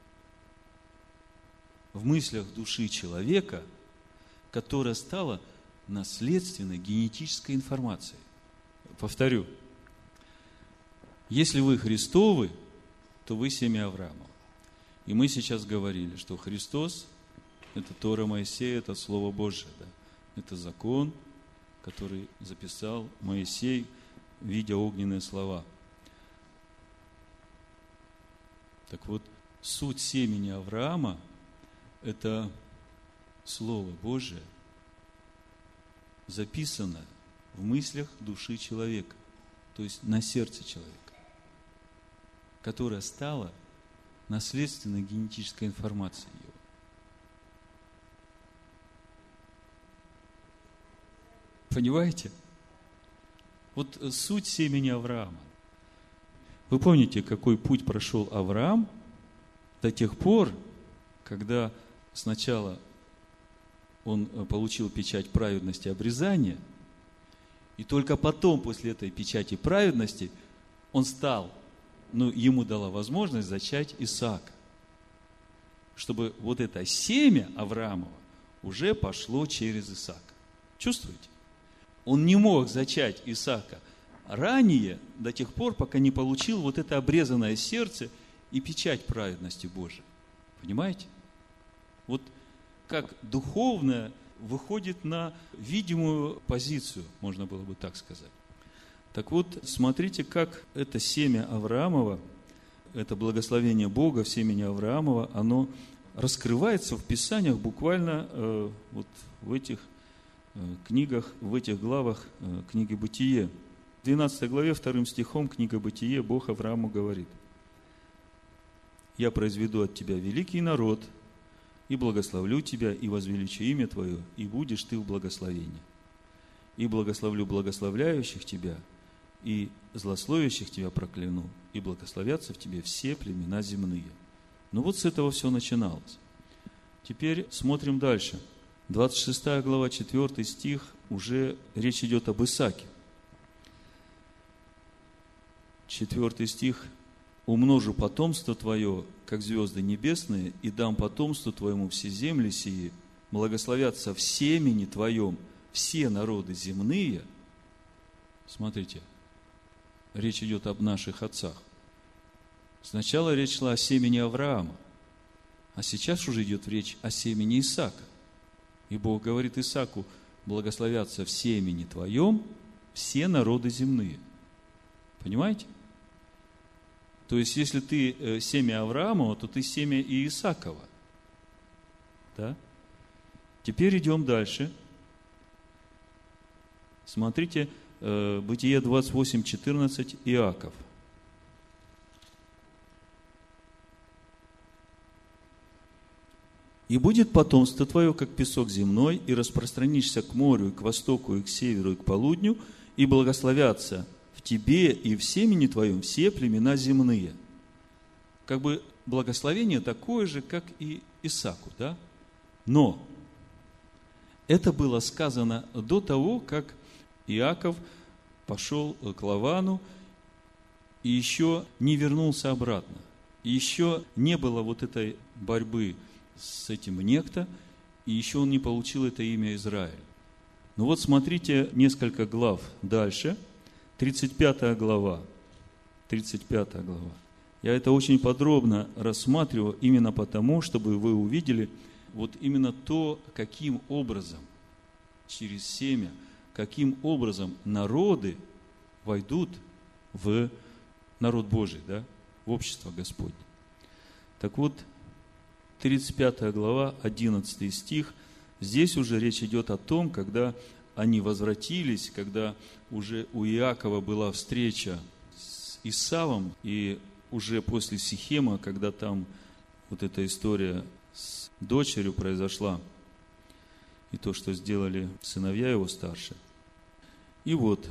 в мыслях души человека, которое стало наследственной генетической информацией. Повторю, если вы Христовы, то вы семя Авраама. И мы сейчас говорили, что Христос – это Тора Моисея, это Слово Божие. Да? Это закон, который записал Моисей, видя огненные слова. Так вот, суть семени Авраама – это Слово Божие, записанное в мыслях души человека, то есть на сердце человека, которое стало наследственной генетической информацией его. Понимаете? Вот суть семени Авраама. Вы помните, какой путь прошел Авраам до тех пор, когда сначала он получил печать праведности обрезания, и только потом, после этой печати праведности, он стал, ему дала возможность зачать Исаака. Чтобы вот это семя Авраамова уже пошло через Исаака. Чувствуете? Он не мог зачать Исаака ранее, до тех пор, пока не получил вот это обрезанное сердце и печать праведности Божией. Понимаете? Вот как духовное выходит на видимую позицию, можно было бы так сказать. Так вот, смотрите, как это семя Авраамова, это благословение Бога в семени Авраамова, оно раскрывается в Писаниях буквально вот в этих книгах, в этих главах книги Бытие. В 12 главе, 2 стихом, книга Бытие, Бог Аврааму говорит: «Я произведу от тебя великий народ, и благословлю тебя, и возвеличу имя твое, и будешь ты в благословении. И благословлю благословляющих тебя, и злословящих тебя прокляну, и благословятся в тебе все племена земные». Вот с этого все начиналось. Теперь смотрим дальше. 26 глава, 4 стих, уже речь идет об Исааке. 4 стих. «Умножу потомство твое, как звезды небесные, и дам потомству твоему все земли сии, благословятся в семени твоем все народы земные». Смотрите, речь идет об наших отцах. Сначала речь шла о семени Авраама, а сейчас уже идет речь о семени Исаака. И Бог говорит Исааку: благословятся в семени твоем все народы земные. Понимаете? То есть, если ты семя Авраамова, то ты семя и Исаакова. Да? Теперь идем дальше. Смотрите, Бытие 28:14, Иаков. «И будет потомство твое, как песок земной, и распространишься к морю, и к востоку, и к северу, и к полудню, и благословятся в тебе и в семени твоем все племена земные». Как бы благословение такое же, как и Исааку, да? Но это было сказано до того, как Иаков пошел к Лавану и еще не вернулся обратно. И еще не было вот этой борьбы с этим некто, и еще он не получил это имя Израиль. Вот смотрите несколько глав дальше. 35 глава. 35 глава. Я это очень подробно рассматриваю именно потому, чтобы вы увидели вот именно то, каким образом через семя, каким образом народы войдут в народ Божий, да, в общество Господне. Так вот, 35 глава, 11 стих, здесь уже речь идет о том, когда они возвратились, когда уже у Иакова была встреча с Исавом, и уже после Сихема, когда там вот эта история с дочерью произошла, и то, что сделали сыновья его старше. И вот,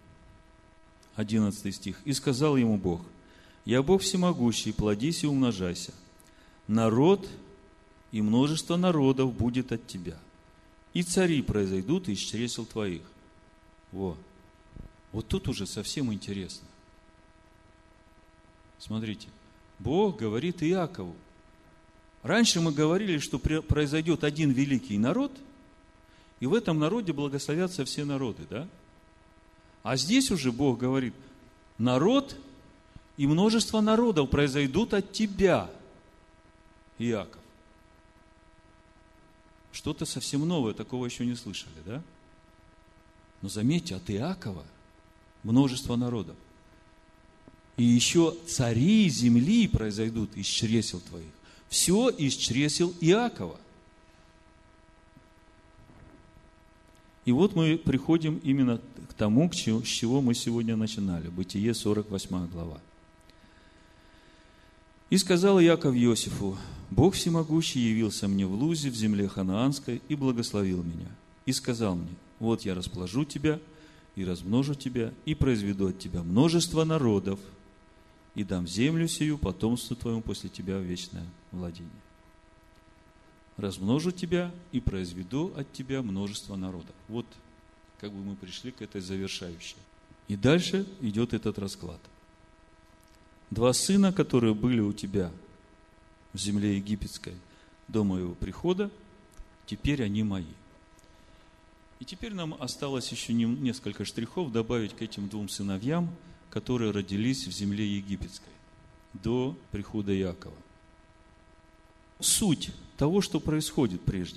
11 стих. «И сказал ему Бог: я Бог всемогущий, плодись и умножайся. Народ и множество народов будет от тебя, и цари произойдут из чресел твоих». Во. Вот тут уже совсем интересно. Смотрите, Бог говорит Иакову. Раньше мы говорили, что произойдет один великий народ, и в этом народе благословятся все народы, да? А здесь уже Бог говорит, народ и множество народов произойдут от тебя, Иаков. Что-то совсем новое, такого еще не слышали, да? Но заметьте, от Иакова множество народов. И еще цари земли произойдут из чресел твоих. Все из чресел Иакова. И вот мы приходим именно к тому, с чего мы сегодня начинали. Бытие, 48 глава. «И сказал Иаков Иосифу: Бог всемогущий явился мне в Лузе, в земле ханаанской, и благословил меня. И сказал мне: вот я расположу тебя, и размножу тебя, и произведу от тебя множество народов, и дам землю сию потомству твоему после тебя в вечное владение. Размножу тебя и произведу от тебя множество народов». Вот как бы мы пришли к этой завершающей. И дальше идет этот расклад. 2 сына, которые были у тебя в земле египетской до моего прихода, теперь они мои. И теперь нам осталось еще несколько штрихов добавить к этим 2 сыновьям, которые родились в земле египетской до прихода Иакова. Суть того, что происходит прежде.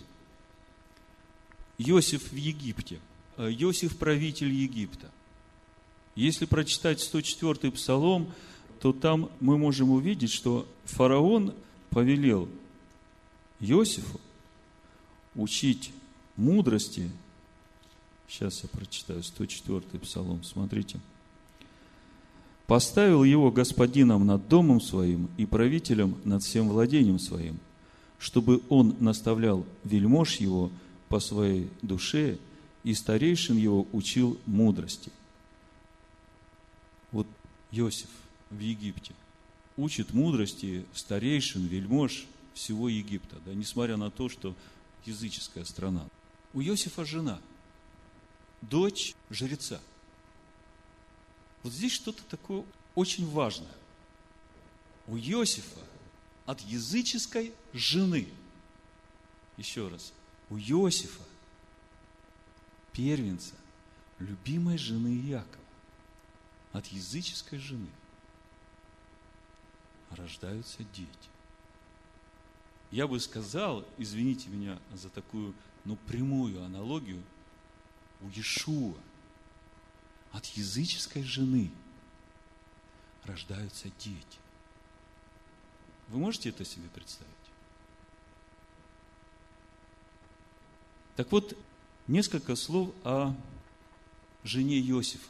Иосиф в Египте. Иосиф правитель Египта. Если прочитать 104-й псалом, то там мы можем увидеть, что фараон повелел Иосифу учить мудрости. Сейчас я прочитаю 104-й псалом, смотрите. «Поставил его господином над домом своим и правителем над всем владением своим, чтобы он наставлял вельмож его по своей душе и старейшин его учил мудрости». Вот Иосиф в Египте учит мудрости старейшин, вельмож всего Египта, да, несмотря на то, что языческая страна. У Иосифа жена, дочь жреца. Вот здесь что-то такое очень важное. У Иосифа от языческой жены, еще раз, у Иосифа, первенца, любимой жены Иакова, от языческой жены рождаются дети. Я бы сказал, извините меня за такую, прямую аналогию, у Иешуа от языческой жены рождаются дети. Вы можете это себе представить? Так вот, несколько слов о жене Иосифа.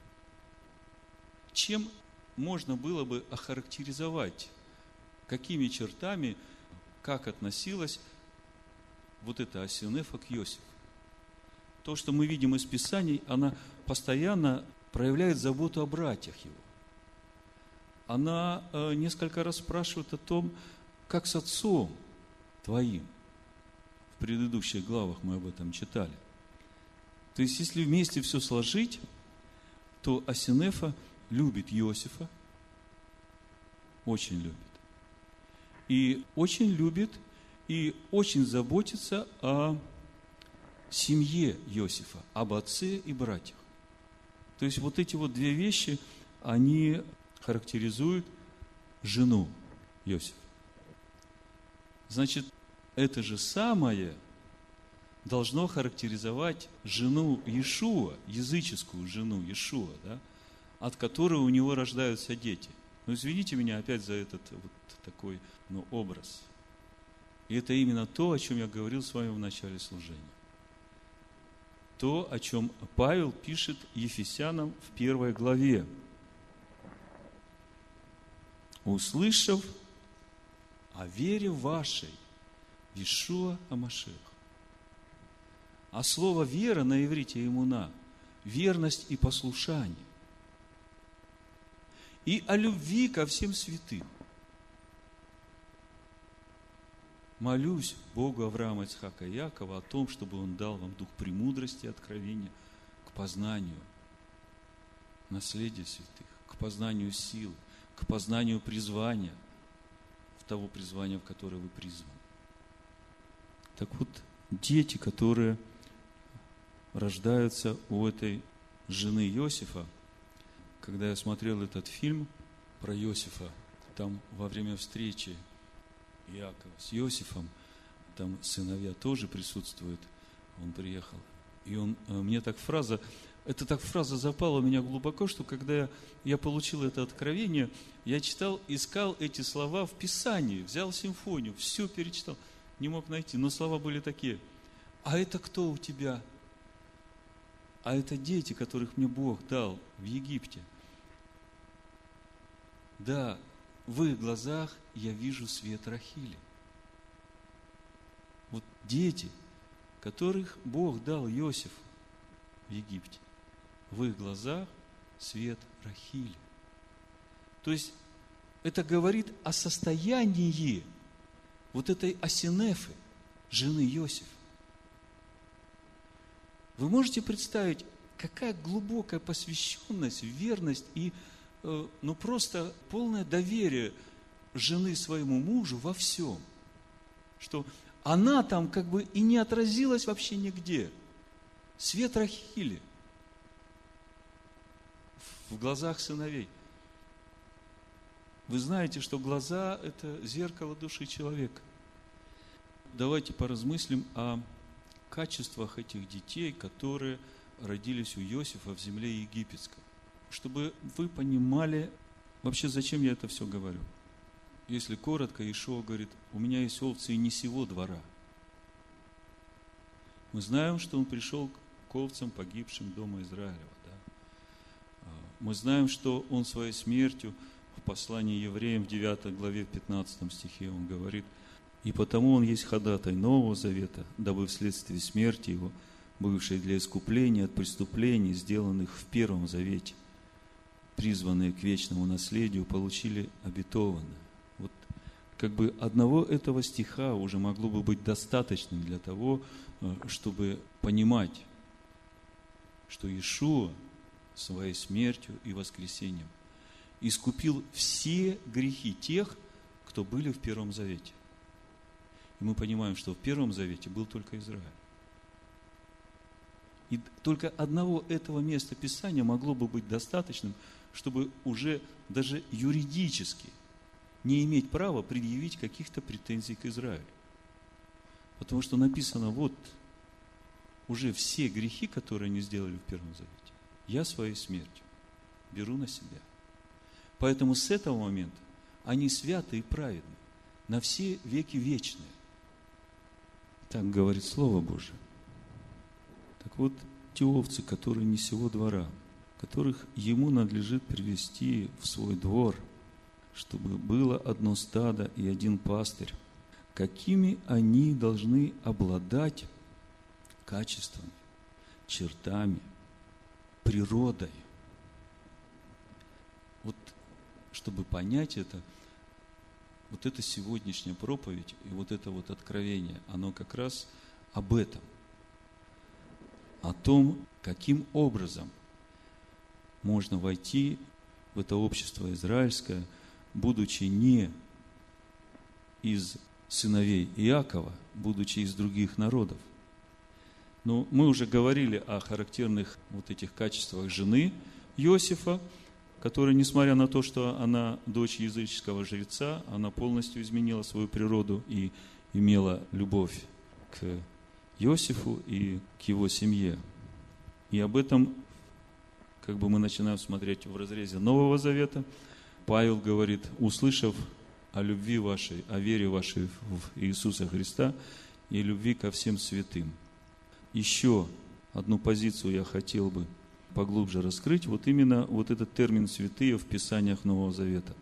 Чем можно было бы охарактеризовать, какими чертами, как относилась вот эта Асинефа к Иосифу? То, что мы видим из Писаний, она постоянно проявляет заботу о братьях его. Она несколько раз спрашивает о том, как с отцом твоим. В предыдущих главах мы об этом читали. То есть, если вместе все сложить, то Асинефа любит Иосифа, очень любит. И очень заботится о семье Иосифа, об отце и братьях. То есть, вот эти вот 2 вещи, они характеризуют жену Иосифа. Значит, это же самое должно характеризовать жену Иешуа, языческую жену Иешуа, да, от которой у него рождаются дети. Извините меня опять за этот вот такой образ. И это именно то, о чем я говорил с вами в начале служения. То, о чем Павел пишет Ефесянам в 1 главе. «Услышав о вере вашей в Иешуа ха-Машиах». А слово «вера» на иврите «эмуна» – верность и послушание. И о любви ко всем святым. Молюсь Богу Авраама, Ицхака и Иакова о том, чтобы Он дал вам дух премудрости и откровения к познанию наследия святых, к познанию силы, к познанию призвания, в того призвания, в которое вы призваны. Так вот, дети, которые рождаются у этой жены Иосифа, когда я смотрел этот фильм про Иосифа, там во время встречи Иакова с Иосифом, там сыновья тоже присутствуют, он приехал. И мне так фраза запала у меня глубоко, что когда я получил это откровение, я искал эти слова в Писании, взял симфонию, все перечитал, не мог найти, но слова были такие: а это кто у тебя? А это дети, которых мне Бог дал в Египте. Да, в их глазах я вижу свет Рахили. Вот дети, которых Бог дал Иосифу в Египте, в их глазах свет Рахили. То есть, это говорит о состоянии вот этой Асинефы, жены Иосифа. Вы можете представить, какая глубокая посвященность, верность и просто полное доверие жены своему мужу во всем, что она там как бы и не отразилась вообще нигде. Свет Рахили в глазах сыновей. Вы знаете, что глаза – это зеркало души человека. Давайте поразмыслим о качествах этих детей, которые родились у Иосифа в земле египетской. Чтобы вы понимали, вообще зачем я это все говорю. Если коротко, Иешуа говорит: у меня есть овцы и не сего двора. Мы знаем, что он пришел к овцам, погибшим дома Израилева. Да? Мы знаем, что он своей смертью в послании евреям в 9 главе, в 15 стихе он говорит: и потому он есть ходатай Нового Завета, дабы вследствие смерти его, бывшей для искупления от преступлений, сделанных в Первом Завете, призванные к вечному наследию, получили обетованное. Вот как бы одного этого стиха уже могло бы быть достаточным для того, чтобы понимать, что Иешуа своей смертью и воскресением искупил все грехи тех, кто были в Первом Завете. И мы понимаем, что в Первом Завете был только Израиль. И только одного этого места Писания могло бы быть достаточным, чтобы уже даже юридически не иметь права предъявить каких-то претензий к Израилю. Потому что написано: вот уже все грехи, которые они сделали в Первом Завете, я своей смертью беру на себя. Поэтому с этого момента они святы и праведны, на все веки вечные. Так говорит Слово Божие. Так вот, те овцы, которые не сего двора, которых ему надлежит привести в свой двор, чтобы было одно стадо и один пастырь, какими они должны обладать качествами, чертами, природой. Вот, чтобы понять это, вот эта сегодняшняя проповедь и вот это вот откровение, оно как раз об этом. О том, каким образом можно войти в это общество израильское, будучи не из сыновей Иакова, будучи из других народов. Но мы уже говорили о характерных вот этих качествах жены Иосифа, которая, несмотря на то, что она дочь языческого жреца, она полностью изменила свою природу и имела любовь к Иосифу и к его семье. И об этом, как бы мы начинаем смотреть в разрезе Нового Завета. Павел говорит: услышав о любви вашей, о вере вашей в Иисуса Христа и любви ко всем святым. Еще одну позицию я хотел бы поглубже раскрыть, вот именно вот этот термин «святые» в Писаниях Нового Завета.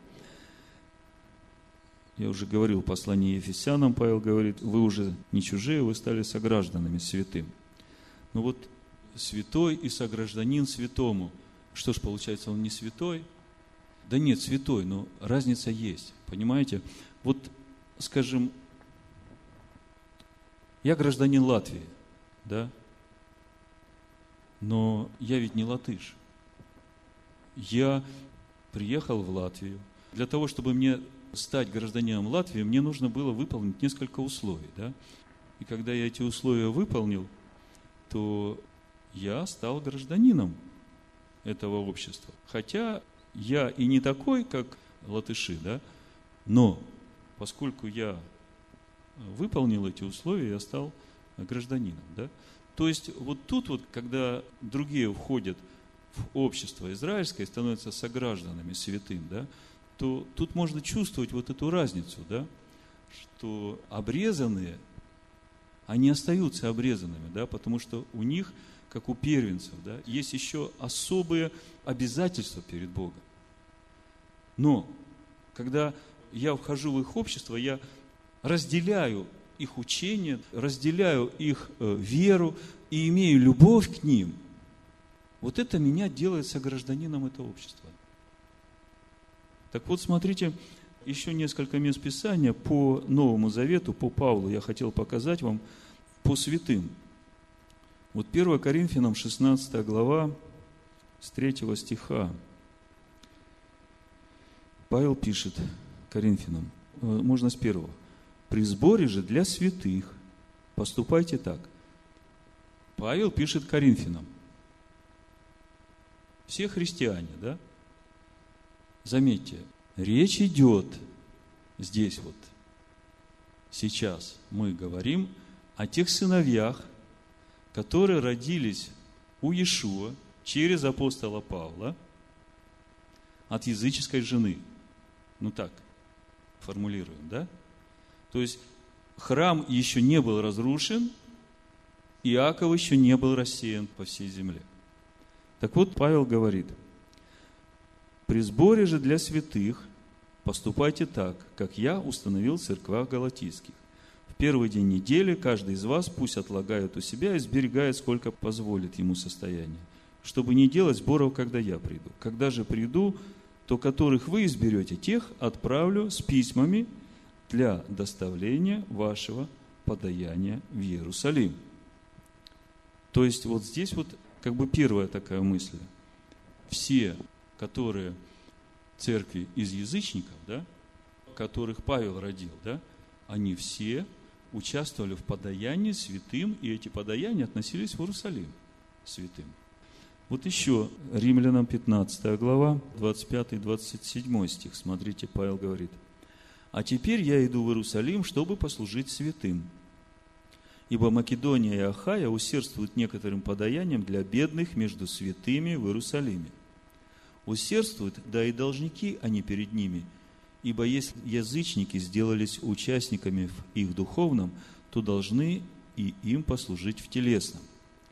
Я уже говорил в послании Ефесянам, Павел говорит: вы уже не чужие, вы стали согражданами святым. Но вот святой и согражданин святому, что ж, получается, он не святой? Да нет, святой, но разница есть, понимаете? Вот, скажем, я гражданин Латвии, да? Но я ведь не латыш. я приехал в Латвию. Для того, чтобы мне стать гражданином Латвии, мне нужно было выполнить несколько условий. Да? И когда я эти условия выполнил, то я стал гражданином этого общества. Хотя я и не такой, как латыши, да? Но поскольку я выполнил эти условия, я стал гражданином. Да? То есть вот тут вот, когда другие входят в общество израильское и становятся согражданами святым, да, то тут можно чувствовать вот эту разницу, да, что обрезанные, они остаются обрезанными, да, потому что у них, как у первенцев, да, есть еще особые обязательства перед Богом. Но когда я вхожу в их общество, я разделяю их учение, разделяю их веру и имею любовь к ним. Вот это меня делает согражданином этого общества. Так вот, смотрите, еще несколько мест Писания по Новому Завету, по Павлу я хотел показать вам по святым. Вот 1 Коринфянам 16 глава с 3 стиха. Павел пишет Коринфянам, можно с 1. «При сборе же для святых поступайте так». Павел пишет Коринфянам. Все христиане, да? Заметьте, речь идет здесь вот, сейчас мы говорим о тех сыновьях, которые родились у Иешуа через апостола Павла от языческой жены. Ну так, формулируем, да? То есть, храм еще не был разрушен, Иаков еще не был рассеян по всей земле. Так вот, Павел говорит, при сборе же для святых поступайте так, как я установил в церквах галатийских. В первый день недели каждый из вас пусть отлагает у себя и сберегает, сколько позволит ему состояние, чтобы не делать сборов, когда я приду. Когда же приду, то которых вы изберете, тех отправлю с письмами для доставления вашего подаяния в Иерусалим. То есть вот здесь вот как бы первая такая мысль. Все, которые церкви из язычников, да, которых Павел родил, да, они все участвовали в подаянии святым, и эти подаяния относились в Иерусалим святым. Вот еще Римлянам 15 глава, 25-27 стих. Смотрите, Павел говорит. «А теперь я иду в Иерусалим, чтобы послужить святым. Ибо Македония и Ахая усердствуют некоторым подаянием для бедных между святыми в Иерусалиме. Усердствуют, да и должники они перед ними, ибо если язычники сделались участниками в их духовном, то должны и им послужить в телесном».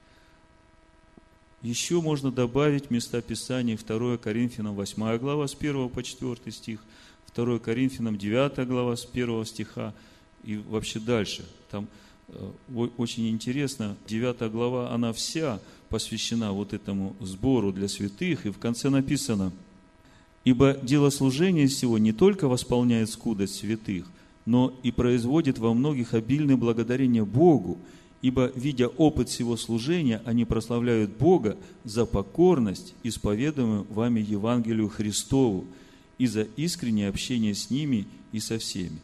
Еще можно добавить места Писания 2 Коринфянам 8 глава с 1 по 4 стих, 2 Коринфянам 9 глава с 1 стиха и вообще дальше. Там очень интересно, 9 глава, она вся посвящена вот этому сбору для святых, и в конце написано: «Ибо дело служения сего не только восполняет скудость святых, но и производит во многих обильное благодарение Богу, ибо, видя опыт всего служения, они прославляют Бога за покорность, исповедуемую вами Евангелию Христову, и за искреннее общение с ними и со всеми».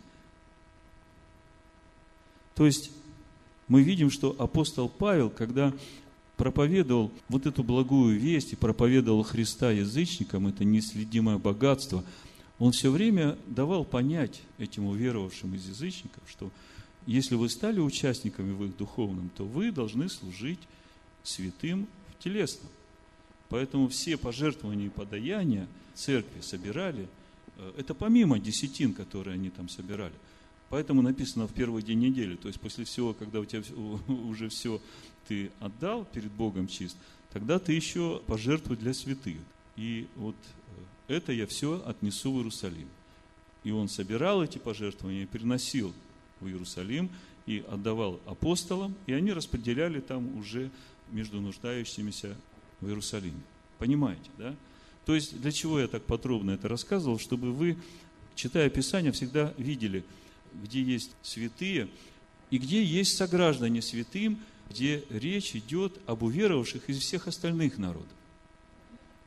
То есть, мы видим, что апостол Павел, когда проповедовал вот эту благую весть и проповедовал Христа язычникам, это неследимое богатство, он все время давал понять этим уверовавшим из язычников, что если вы стали участниками в их духовном, то вы должны служить святым в телесном. Поэтому все пожертвования и подаяния церкви собирали, это помимо десятин, которые они там собирали. Поэтому написано в первый день недели, то есть после всего, когда у тебя уже все ты отдал перед Богом чист, тогда ты еще пожертвуй для святых. И вот это я все отнесу в Иерусалим. И он собирал эти пожертвования и приносил в Иерусалим и отдавал апостолам, и они распределяли там уже между нуждающимися в Иерусалиме. Понимаете, да? То есть, для чего я так подробно это рассказывал? Чтобы вы, читая Писание, всегда видели, где есть святые и где есть сограждане святым, где речь идет об уверовавших из всех остальных народов.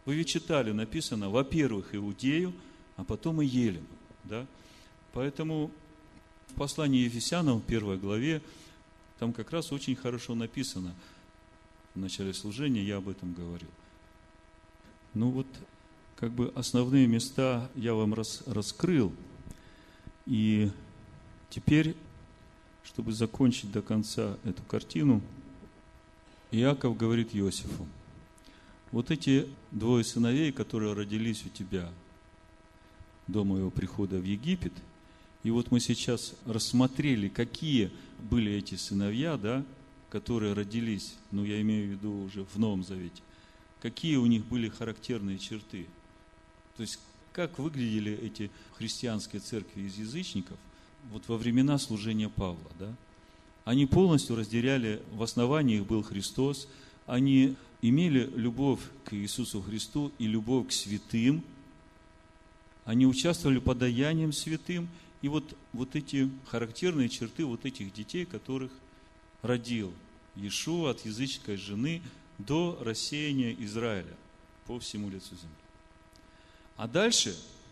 Вы ведь читали, написано, во-первых, Иудею, а потом и Елему. Да? Поэтому в послании Ефесянам, в 1 главе, там как раз очень хорошо написано, в начале служения я об этом говорил. Ну вот, как бы основные места я вам раскрыл. И теперь, чтобы закончить до конца эту картину, Иаков говорит Иосифу: вот эти двое сыновей, которые родились у тебя до моего прихода в Египет, и вот мы сейчас рассмотрели, какие были эти сыновья, да, которые родились, ну, я имею в виду уже в Новом Завете, какие у них были характерные черты. То есть, как выглядели эти христианские церкви из язычников вот во времена служения Павла, да? Они полностью разделяли, в основании их был Христос, они имели любовь к Иисусу Христу и любовь к святым, они участвовали подаянием святым, и вот эти характерные черты вот этих детей, которых родил Иешуа от языческой жены до рассеяния Израиля по всему лицу земли. А дальше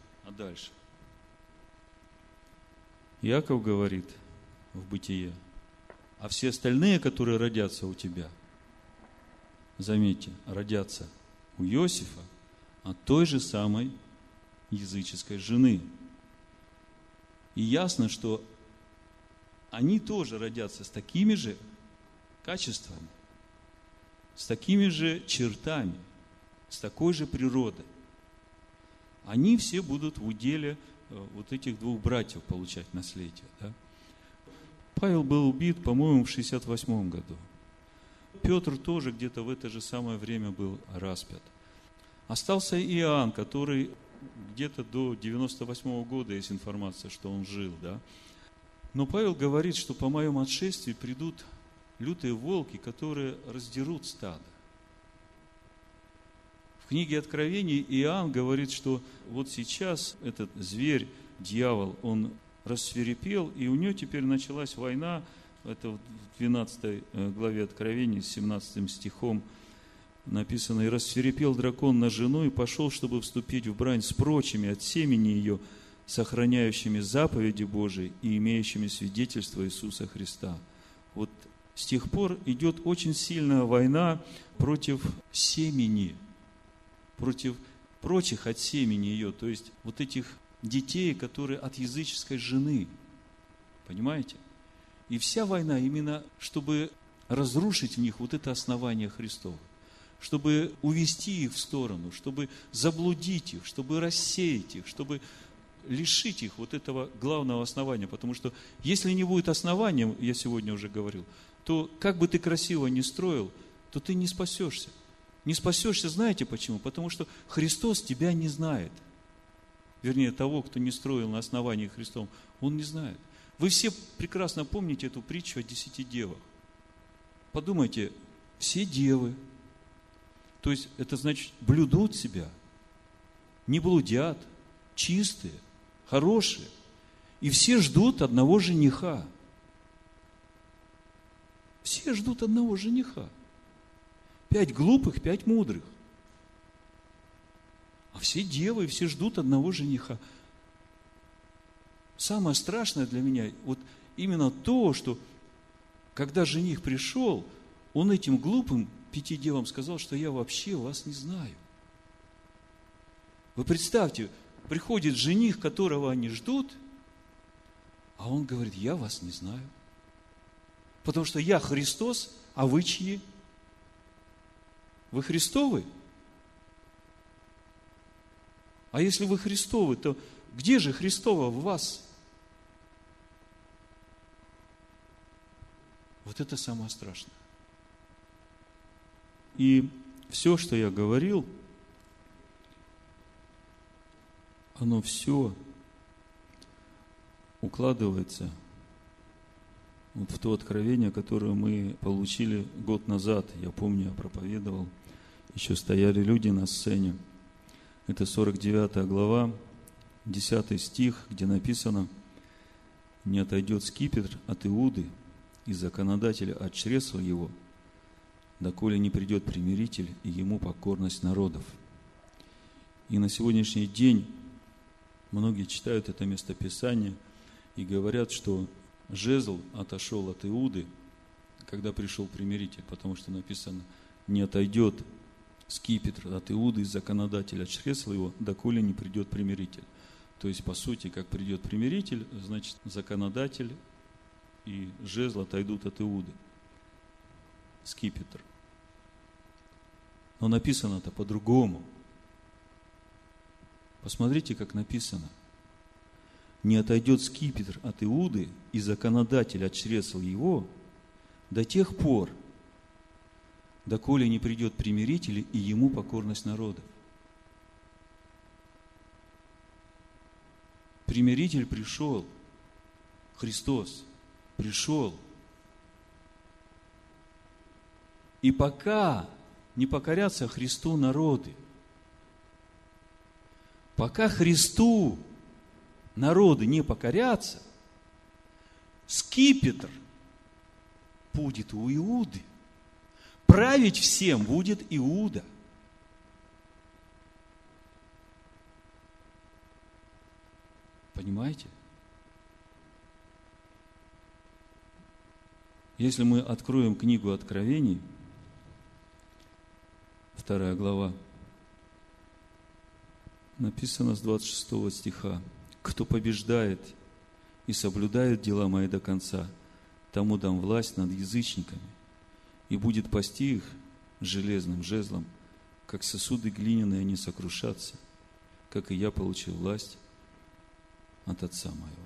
Иаков говорит в Бытие: а все остальные, которые родятся у тебя, заметьте, родятся у Иосифа от той же самой языческой жены. И ясно, что они тоже родятся с такими же качествами, с такими же чертами, с такой же природой. Они все будут в уделе вот этих двух братьев получать наследие. Да? Павел был убит, по-моему, в 68 году. Петр тоже где-то в это же самое время был распят. Остался Иоанн, который где-то до 98 года есть информация, что он жил. Да? Но Павел говорит, что по моем отшествии придут лютые волки, которые раздерут стадо. В книге Откровений Иоанн говорит, что вот сейчас этот зверь, дьявол, он рассвирепел, и у него теперь началась война. Это в 12 главе Откровений, с 17 стихом написано: «И рассвирепел дракон на жену, и пошел, чтобы вступить в брань с прочими от семени ее, сохраняющими заповеди Божии и имеющими свидетельство Иисуса Христа». Вот с тех пор идет очень сильная война против семени, против прочих от семени ее, то есть вот этих детей, которые от языческой жены. Понимаете? И вся война именно, чтобы разрушить в них вот это основание Христово, чтобы увести их в сторону, чтобы заблудить их, чтобы рассеять их, чтобы лишить их вот этого главного основания. Потому что если не будет основания, я сегодня уже говорил, то как бы ты красиво ни строил, то ты не спасешься. Не спасешься, знаете почему? Потому что Христос тебя не знает. Вернее, того, кто не строил на основании Христовом, он не знает. Вы все прекрасно помните эту притчу о 10 девах. Подумайте, все девы, то есть это значит, блюдут себя, не блудят, чистые, хорошие, и все ждут одного жениха. Все ждут одного жениха. 5 глупых, 5 мудрых. А все девы, все ждут одного жениха. Самое страшное для меня, вот именно то, что когда жених пришел, он этим глупым 5 девам сказал, что я вообще вас не знаю. Вы представьте, приходит жених, которого они ждут, а он говорит: я вас не знаю. Потому что я Христос, а вы чьи? Вы Христовы? А если вы Христовы, то где же Христово в вас? Вот это самое страшное. И все, что я говорил, оно все укладывается вот в то откровение, которое мы получили год назад. Я помню, я проповедовал, еще стояли люди на сцене. Это 49 глава, 10 стих, где написано: «Не отойдет скипетр от Иуды и законодатель от чресла его, доколе не придет примиритель и ему покорность народов». И на сегодняшний день многие читают это местописание и говорят, что жезл отошел от Иуды, когда пришел примиритель, потому что написано: не отойдет скипетр от Иуды из законодателя чресла его, доколе не придет примиритель. То есть, по сути, как придет примиритель, значит, законодатель и жезл отойдут от Иуды. Скипетр. Но написано-то по-другому. Посмотрите, как написано. Не отойдет скипетр от Иуды и законодатель от чресл его до тех пор, доколе не придет примиритель и ему покорность народа. Примиритель пришел, Христос пришел. И пока не покорятся Христу народы, пока Христу народы не покорятся, скипетр будет у Иуды. Править всем будет Иуда. Понимаете? Если мы откроем книгу Откровений, 2 глава, написано с 26 стиха: «Кто побеждает и соблюдает дела мои до конца, тому дам власть над язычниками, и будет пасти их железным жезлом, как сосуды глиняные они сокрушатся, как и я получил власть от Отца моего».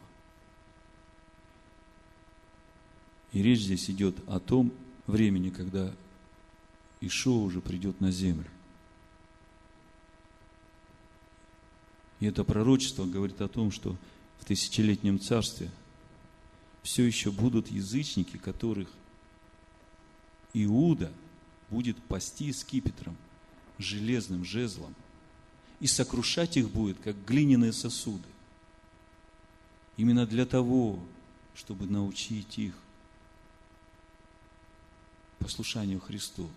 И речь здесь идет о том времени, когда Иешуа уже придет на землю. И это пророчество говорит о том, что в тысячелетнем царстве все еще будут язычники, которых Иуда будет пасти скипетром, железным жезлом, и сокрушать их будет, как глиняные сосуды. Именно для того, чтобы научить их послушанию Христу.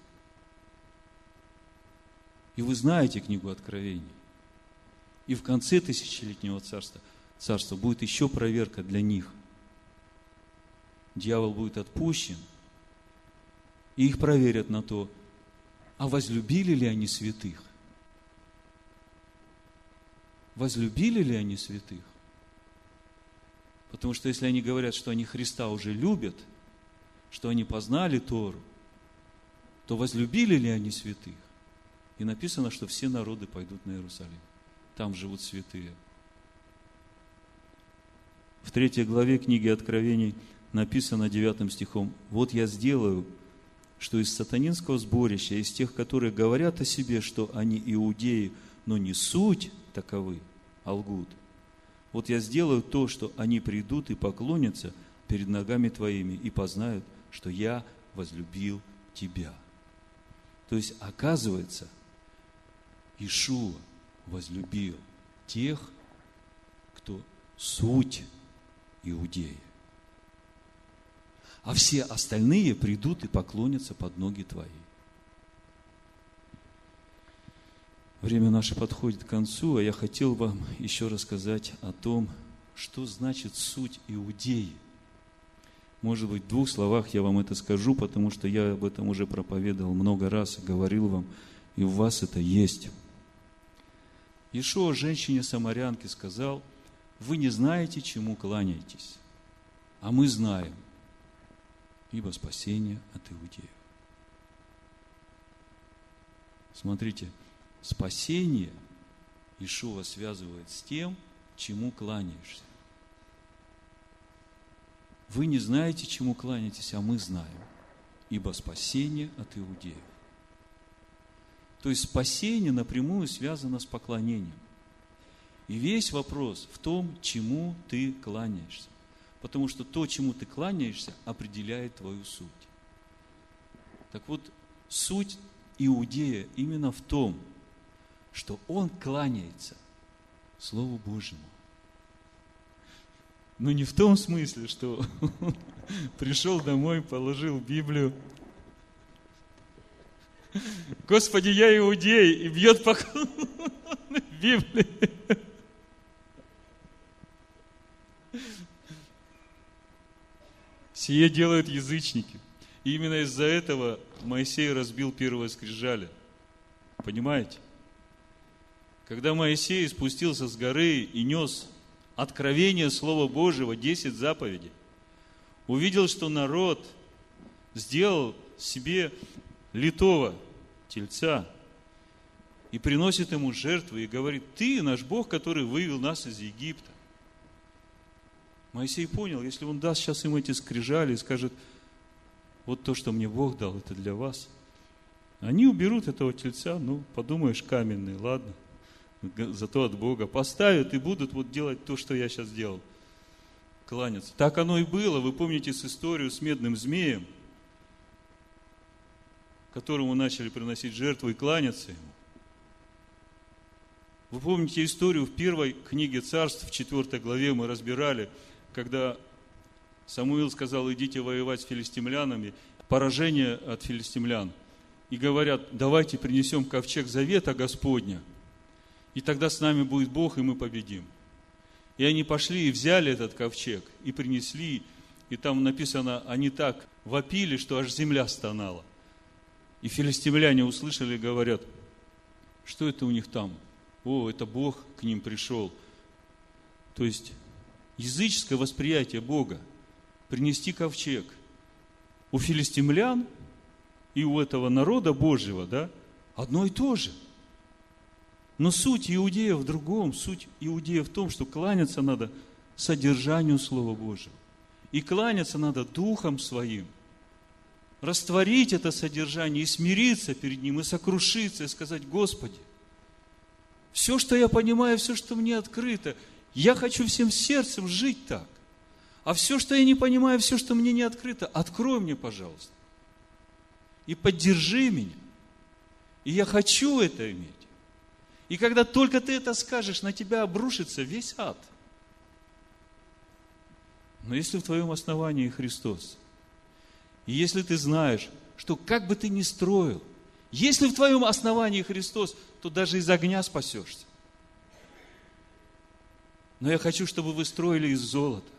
И вы знаете книгу Откровений. И в конце тысячелетнего царства будет еще проверка для них. Дьявол будет отпущен, и их проверят на то, а возлюбили ли они святых? Возлюбили ли они святых? Потому что если они говорят, что они Христа уже любят, что они познали Тору, то возлюбили ли они святых? И написано, что все народы пойдут на Иерусалим. Там живут святые. В 3 главе книги Откровений написано 9 стихом: «Вот я сделаю, что из сатанинского сборища, из тех, которые говорят о себе, что они иудеи, но не суть таковы, а лгут. Вот я сделаю то, что они придут и поклонятся перед ногами твоими и познают, что я возлюбил тебя». То есть, оказывается, Иешуа возлюбил тех, кто суть иудеи. А все остальные придут и поклонятся под ноги твои. Время наше подходит к концу, а я хотел вам еще рассказать о том, что значит суть иудеи. Может быть, в 2 словах я вам это скажу, потому что я об этом уже проповедовал много раз и говорил вам, и у вас это есть. Иешуа женщине-самарянке сказал: вы не знаете, чему кланяетесь, а мы знаем, ибо спасение от иудеев. Смотрите, спасение Иешуа связывает с тем, чему кланяешься. Вы не знаете, чему кланяетесь, а мы знаем, ибо спасение от иудеев. То есть спасение напрямую связано с поклонением. И весь вопрос в том, чему ты кланяешься. Потому что то, чему ты кланяешься, определяет твою суть. Так вот, суть иудея именно в том, что он кланяется Слову Божьему. Но не в том смысле, что он пришел домой, положил Библию. Господи, я иудей, и бьет поклон Библии. Сие делают язычники. И именно из-за этого Моисей разбил первые скрижали. Понимаете? Когда Моисей спустился с горы и нес откровение Слова Божьего, 10 заповедей, увидел, что народ сделал себе литого тельца и приносит ему жертвы и говорит: ты наш Бог, который вывел нас из Египта. Моисей понял, если он даст сейчас им эти скрижали и скажет: вот то, что мне Бог дал, это для вас. Они уберут этого тельца, подумаешь, каменный, ладно, зато от Бога. Поставят и будут вот делать то, что я сейчас делал. Кланяться. Так оно и было. Вы помните с историю с медным змеем, которому начали приносить жертву и кланяться ему. Вы помните историю в первой книге Царств, в 4 главе мы разбирали, когда Самуил сказал: идите воевать с филистимлянами, поражение от филистимлян. И говорят: давайте принесем ковчег завета Господня, и тогда с нами будет Бог, и мы победим. И они пошли и взяли этот ковчег, и принесли, и там написано, они так вопили, что аж земля стонала. И филистимляне услышали и говорят: что это у них там? О, это Бог к ним пришел. То есть языческое восприятие Бога, принести ковчег у филистимлян и у этого народа Божьего, одно и то же. Но суть иудея в другом. Суть иудея в том, что кланяться надо содержанию Слова Божьего. И кланяться надо духом своим. Растворить это содержание и смириться перед ним, и сокрушиться, и сказать: Господи, все, что я понимаю, все, что мне открыто, я хочу всем сердцем жить так. А все, что я не понимаю, все, что мне не открыто, открой мне, пожалуйста. И поддержи меня. И я хочу это иметь. И когда только ты это скажешь, на тебя обрушится весь ад. Но если в твоем основании Христос, и если ты знаешь, что как бы ты ни строил, если в твоем основании Христос, то даже из огня спасешься. Но я хочу, чтобы вы строили из золота.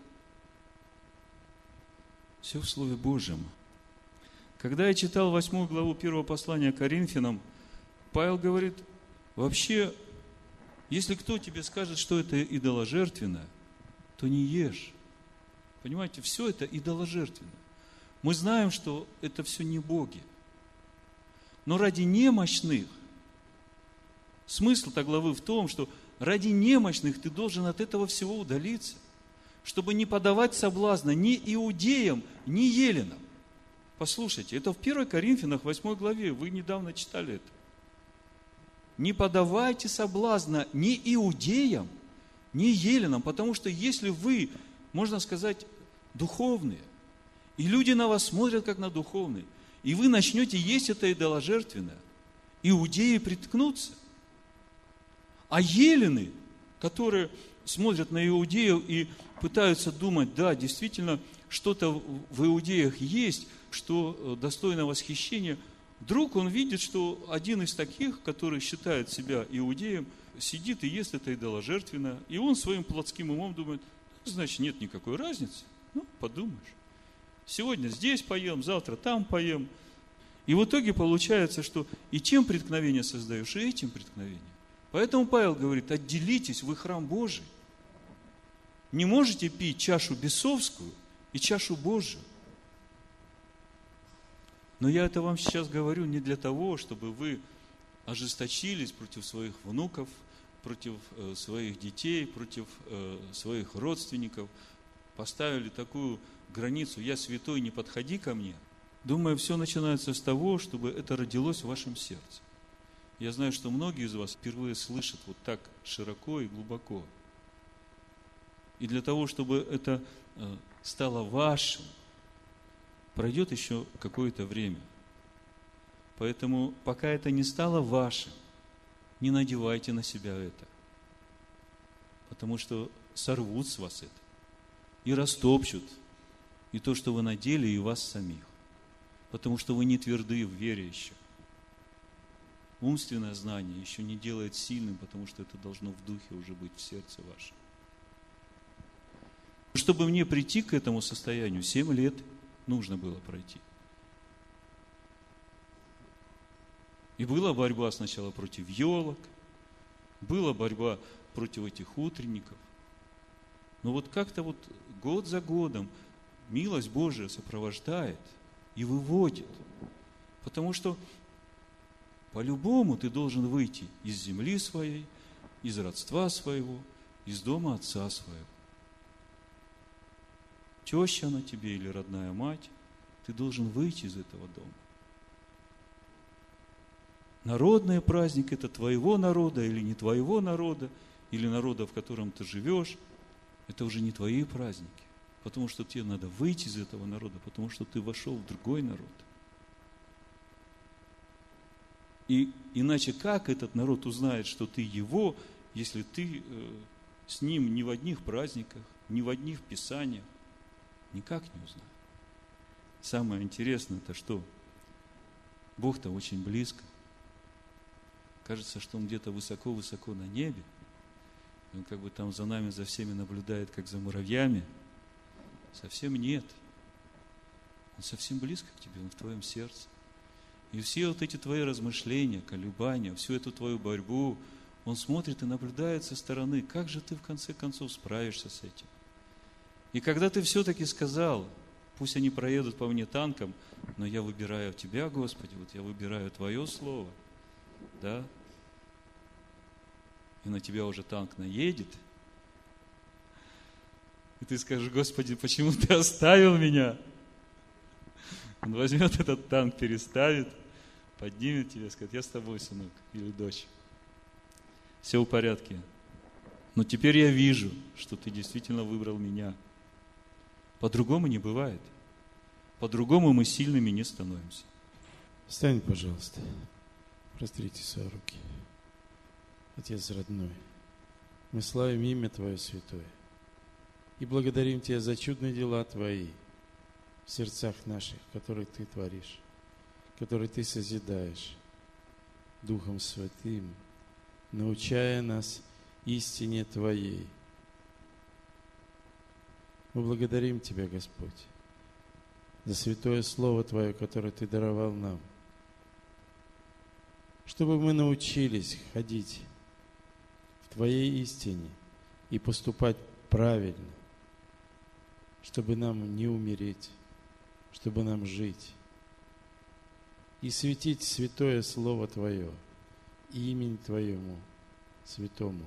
Все в Слове Божьем. Когда я читал 8 главу 1 послания Коринфянам, Павел говорит: вообще, если кто тебе скажет, что это идоложертвенное, то не ешь. Понимаете, все это идоложертвенное. Мы знаем, что это все не боги. Но ради немощных, смысл-то главы в том, что ради немощных ты должен от этого всего удалиться, чтобы не подавать соблазна ни иудеям, ни еленам. Послушайте, это в 1 Коринфянах 8 главе, вы недавно читали это. Не подавайте соблазна ни иудеям, ни еленам, потому что если вы, можно сказать, духовные, и люди на вас смотрят как на духовные, и вы начнете есть это идоложертвенное, иудеи приткнутся. А елены, которые смотрят на иудеев и пытаются думать: да, действительно, что-то в иудеях есть, что достойно восхищения, вдруг он видит, что один из таких, который считает себя иудеем, сидит и ест это идоложертвенное, и он своим плотским умом думает: значит, нет никакой разницы. Подумаешь. Сегодня здесь поем, завтра там поем. И в итоге получается, что и тем преткновение создаешь, и этим преткновение. Поэтому Павел говорит: отделитесь, вы храм Божий. Не можете пить чашу бесовскую и чашу Божию. Но я это вам сейчас говорю не для того, чтобы вы ожесточились против своих внуков, против своих детей, против своих родственников, поставили такую границу: я святой, не подходи ко мне. Думаю, все начинается с того, чтобы это родилось в вашем сердце. Я знаю, что многие из вас впервые слышат вот так широко и глубоко. И для того, чтобы это стало вашим, пройдет еще какое-то время. Поэтому, пока это не стало вашим, не надевайте на себя это. Потому что сорвут с вас это. И растопчут и то, что вы надели, и вас самих. Потому что вы не тверды в вере еще. умственное знание еще не делает сильным, потому что это должно в духе уже быть в сердце вашем. Чтобы мне прийти к этому состоянию, 7 лет нужно было пройти. И была борьба сначала против елок, была борьба против этих утренников. Но вот как-то вот год за годом милость Божия сопровождает и выводит. Потому что по-любому ты должен выйти из земли своей, из родства своего, из дома отца своего. Теща она тебе или родная мать, ты должен выйти из этого дома. Народный праздник – это твоего народа или не твоего народа, или народа, в котором ты живешь, это уже не твои праздники. Потому что тебе надо выйти из этого народа, потому что ты вошел в другой народ. И иначе как этот народ узнает, что ты его, если ты с ним ни в одних праздниках, ни в одних писаниях? Никак не узнает. Самое интересное это что? Бог-то очень близко. Кажется, что Он где-то высоко-высоко на небе. И Он как бы там за нами, за всеми наблюдает, как за муравьями. Совсем нет. Он совсем близко к тебе, Он в твоем сердце. И все вот эти твои размышления, колебания, всю эту твою борьбу, Он смотрит и наблюдает со стороны, как же ты в конце концов справишься с этим. И когда ты все-таки сказал, пусть они проедут по мне танком, но я выбираю Тебя, Господи, вот я выбираю Твое Слово, да, и на тебя уже танк наедет, и ты скажешь: Господи, почему Ты оставил меня? Он возьмет этот танк, переставит, поднимет тебя и скажет: я с тобой, сынок или дочь. Все в порядке. Но теперь я вижу, что ты действительно выбрал меня. По-другому не бывает. По-другому мы сильными не становимся. Встань, пожалуйста. Прострите свои руки. Отец родной, мы славим имя Твое святое и благодарим Тебя за чудные дела Твои в сердцах наших, которые Ты творишь, которые Ты созидаешь Духом Святым, научая нас истине Твоей. Мы благодарим Тебя, Господь, за святое Слово Твое, которое Ты даровал нам, чтобы мы научились ходить в Твоей истине и поступать правильно, чтобы нам не умереть, чтобы нам жить и светить святое Слово Твое и имени Твоему святому,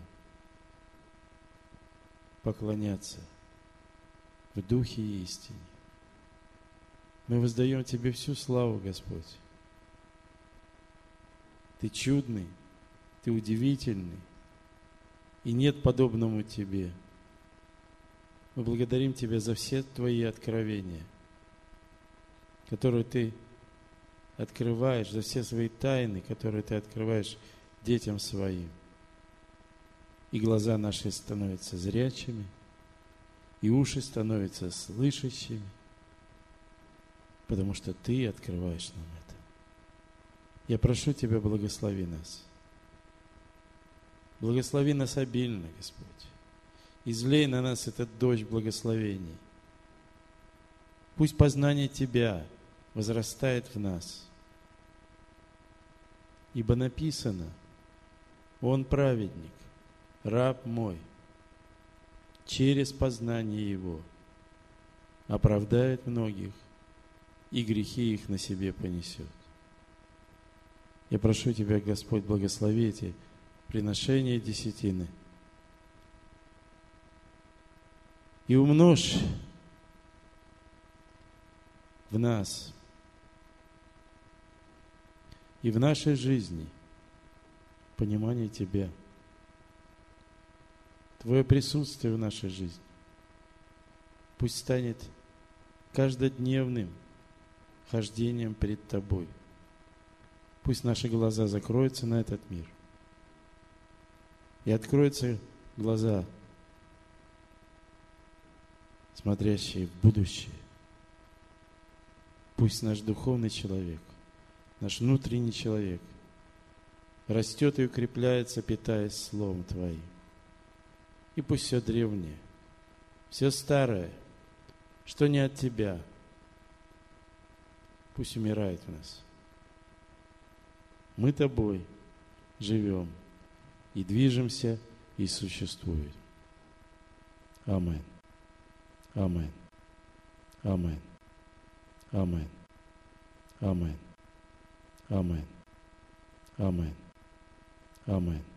поклоняться в духе и истине. Мы воздаем Тебе всю славу, Господь. Ты чудный, Ты удивительный, и нет подобному Тебе. Мы благодарим Тебя за все Твои откровения, которые Ты открываешь, за все свои тайны, которые Ты открываешь детям Своим. И глаза наши становятся зрячими, и уши становятся слышащими, потому что Ты открываешь нам это. Я прошу Тебя, благослови нас. Благослови нас обильно, Господь. Излей на нас этот дождь благословений. Пусть познание Тебя возрастает в нас. Ибо написано: Он праведник, раб мой, через познание Его оправдает многих и грехи их на себе понесет. Я прошу Тебя, Господь, благослови эти приношения десятины и умножь в нас и в нашей жизни понимание Тебя, Твое присутствие в нашей жизни. Пусть станет каждодневным хождением перед Тобой. Пусть наши глаза закроются на этот мир. И откроются глаза, смотрящие в будущее. Пусть наш духовный человек, наш внутренний человек растет и укрепляется, питаясь Словом Твоим. И пусть все древнее, все старое, что не от Тебя, пусть умирает в нас. Мы Тобой живем и движемся, и существуем. Аминь. Аминь. Аминь. Аминь. Аминь. Аминь. Аминь. Аминь.